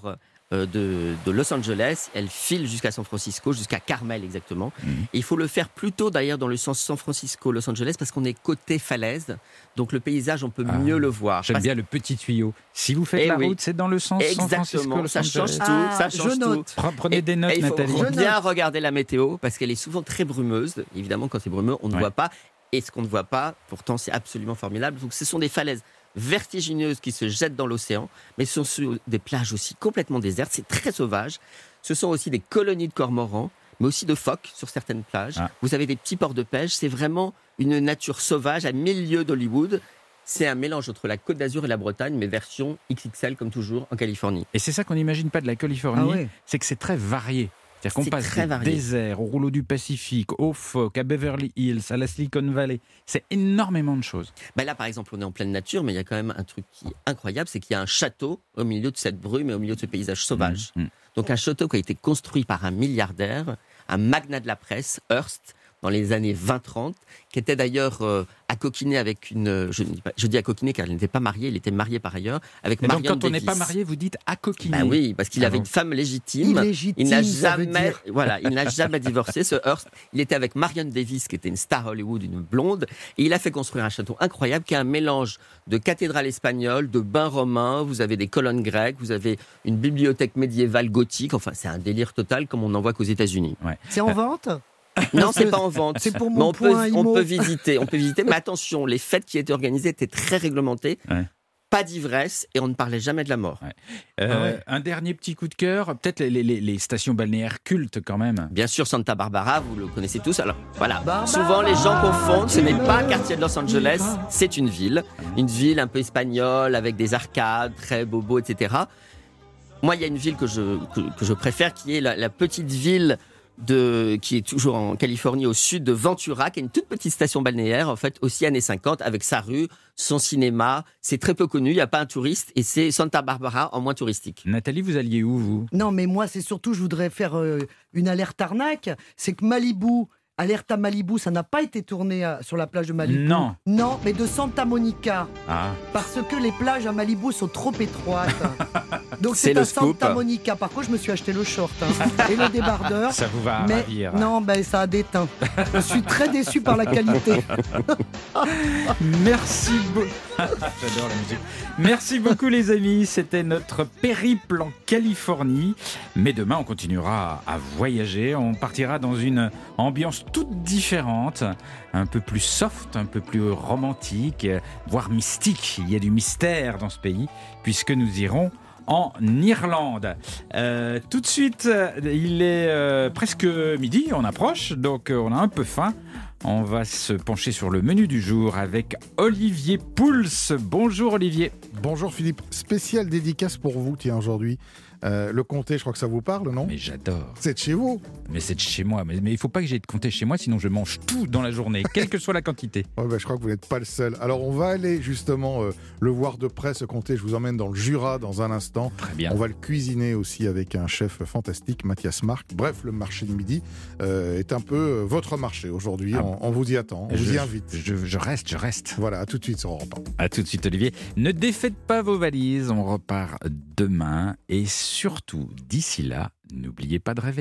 Speaker 5: euh, de, de Los Angeles, elle file jusqu'à San Francisco, jusqu'à Carmel exactement. Mmh. Et il faut le faire plutôt d'ailleurs dans le sens San Francisco-Los Angeles parce qu'on est côté falaise, donc le paysage on peut ah, mieux le voir.
Speaker 3: J'aime
Speaker 5: parce...
Speaker 3: bien le petit tuyau. Si vous faites et la oui. route, c'est dans le sens
Speaker 5: exactement.
Speaker 3: San Francisco-Los
Speaker 5: ça
Speaker 3: Angeles.
Speaker 5: change tout, ah, ça change tout.
Speaker 3: Prenez et, des notes,
Speaker 5: et
Speaker 3: Nathalie.
Speaker 5: Il faut bien regarder la météo parce qu'elle est souvent très brumeuse. Évidemment, quand c'est brumeux, on ne ouais. voit pas. Et ce qu'on ne voit pas, pourtant, c'est absolument formidable. Donc, ce sont des falaises vertigineuses qui se jettent dans l'océan, mais ce sont des plages aussi complètement désertes. C'est très sauvage. Ce sont aussi des colonies de cormorans, mais aussi de phoques sur certaines plages. Ah. Vous avez des petits ports de pêche. C'est vraiment une nature sauvage à mille lieues d'Hollywood. C'est un mélange entre la Côte d'Azur et la Bretagne, mais version X X L, comme toujours, en Californie.
Speaker 3: Et c'est ça qu'on n'imagine pas de la Californie, ah ouais. c'est que c'est très varié. C'est-à-dire qu'on
Speaker 5: c'est
Speaker 3: passe
Speaker 5: très
Speaker 3: du
Speaker 5: varié.
Speaker 3: désert, au rouleau du Pacifique, aux phoques, à Beverly Hills, à la Silicon Valley. C'est énormément de choses.
Speaker 5: Ben là, par exemple, on est en pleine nature, mais il y a quand même un truc qui est incroyable, c'est qu'il y a un château au milieu de cette brume et au milieu de ce paysage sauvage. Mmh, mmh. Donc un château qui a été construit par un milliardaire, un magnat de la presse, Hearst, dans les années vingt trente, qui était d'ailleurs euh, accoquiné avec une... Je, je dis accoquiné car il n'était pas marié, il était marié par ailleurs, avec Marion Davies.
Speaker 3: Donc quand on n'est pas marié, vous dites accoquiné.
Speaker 5: Ben oui, parce qu'il ah avait bon. une femme légitime.
Speaker 4: Illégitime,
Speaker 5: il n'a
Speaker 4: ça
Speaker 5: jamais,
Speaker 4: veut dire.
Speaker 5: voilà, il n'a jamais divorcé, ce Hearst. Il était avec Marion Davies, qui était une star Hollywood, une blonde, et il a fait construire un château incroyable qui est un mélange de cathédrale espagnole, de bains romains, vous avez des colonnes grecques, vous avez une bibliothèque médiévale gothique, enfin c'est un délire total comme on n'en voit qu'aux États-Unis.
Speaker 4: Ouais. C'est en vente ?
Speaker 5: Non, c'est pas en vente.
Speaker 4: C'est pour mon
Speaker 5: mais on
Speaker 4: point
Speaker 5: peut, on peut visiter, on peut visiter. Mais attention, les fêtes qui étaient organisées étaient très réglementées. Ouais. Pas d'ivresse et on ne parlait jamais de la mort.
Speaker 3: Ouais. Euh, ah ouais. Un dernier petit coup de cœur, peut-être les, les, les stations balnéaires cultes quand même.
Speaker 5: Bien sûr, Santa Barbara, vous le connaissez tous. Alors voilà, Barbara, souvent les gens confondent. Ce n'est pas un quartier de Los Angeles, c'est une ville, une ville un peu espagnole avec des arcades, très bobo, et cetera. Moi, il y a une ville que je que, que je préfère, qui est la, la petite ville. De, qui est toujours en Californie au sud de Ventura, qui est une toute petite station balnéaire, en fait, aussi années cinquante, avec sa rue, son cinéma. C'est très peu connu, il n'y a pas un touriste, et c'est Santa Barbara en moins touristique.
Speaker 3: Nathalie, vous alliez où, vous ?
Speaker 4: Non, mais moi, c'est surtout, je voudrais faire euh, une alerte arnaque. C'est que Malibu, alerte à Malibu, ça n'a pas été tourné à, sur la plage de Malibu.
Speaker 3: Non.
Speaker 4: Non, mais de Santa Monica.
Speaker 3: Ah.
Speaker 4: Parce que les plages à Malibu sont trop étroites. Donc
Speaker 5: c'est,
Speaker 4: c'est
Speaker 5: le
Speaker 4: à
Speaker 5: scoop.
Speaker 4: Santa Monica. Par contre, je me suis acheté le short hein, et le débardeur.
Speaker 3: Ça vous va
Speaker 4: mais
Speaker 3: ravir.
Speaker 4: Non, ben, ça a déteint. Je suis très déçu par la qualité.
Speaker 3: Merci beaucoup. J'adore la musique. Merci beaucoup les amis. C'était notre périple en Californie. Mais demain, on continuera à voyager. On partira dans une ambiance toute différente, un peu plus soft, un peu plus romantique, voire mystique. Il y a du mystère dans ce pays, puisque nous irons en Irlande. Euh, tout de suite, il est euh, presque midi, on approche, donc euh, on a un peu faim. On va se pencher sur le menu du jour avec Olivier Pouls. Bonjour Olivier.
Speaker 8: Bonjour Philippe. Spéciale dédicace pour vous, tiens, aujourd'hui. Euh, le comté, je crois que ça vous parle, non ?
Speaker 3: Mais j'adore.
Speaker 8: C'est de chez vous ?
Speaker 3: Mais c'est de chez moi. Mais, mais il ne faut pas que j'aie de comté chez moi, sinon je mange tout dans la journée, quelle que soit la quantité.
Speaker 8: Ouais, bah, je crois que vous n'êtes pas le seul. Alors, on va aller justement euh, le voir de près, ce comté. Je vous emmène dans le Jura dans un instant.
Speaker 3: Très bien.
Speaker 8: On va le cuisiner aussi avec un chef fantastique, Mathias Marc. Bref, le marché de midi euh, est un peu euh, votre marché aujourd'hui. Ah, on, on vous y attend, on
Speaker 3: je,
Speaker 8: vous y invite.
Speaker 3: Je, je reste, je reste.
Speaker 8: Voilà, à tout de suite sur Europe un.
Speaker 3: À tout de suite Olivier. Ne défaites pas vos valises, on repart demain et surtout, d'ici là, n'oubliez pas de rêver.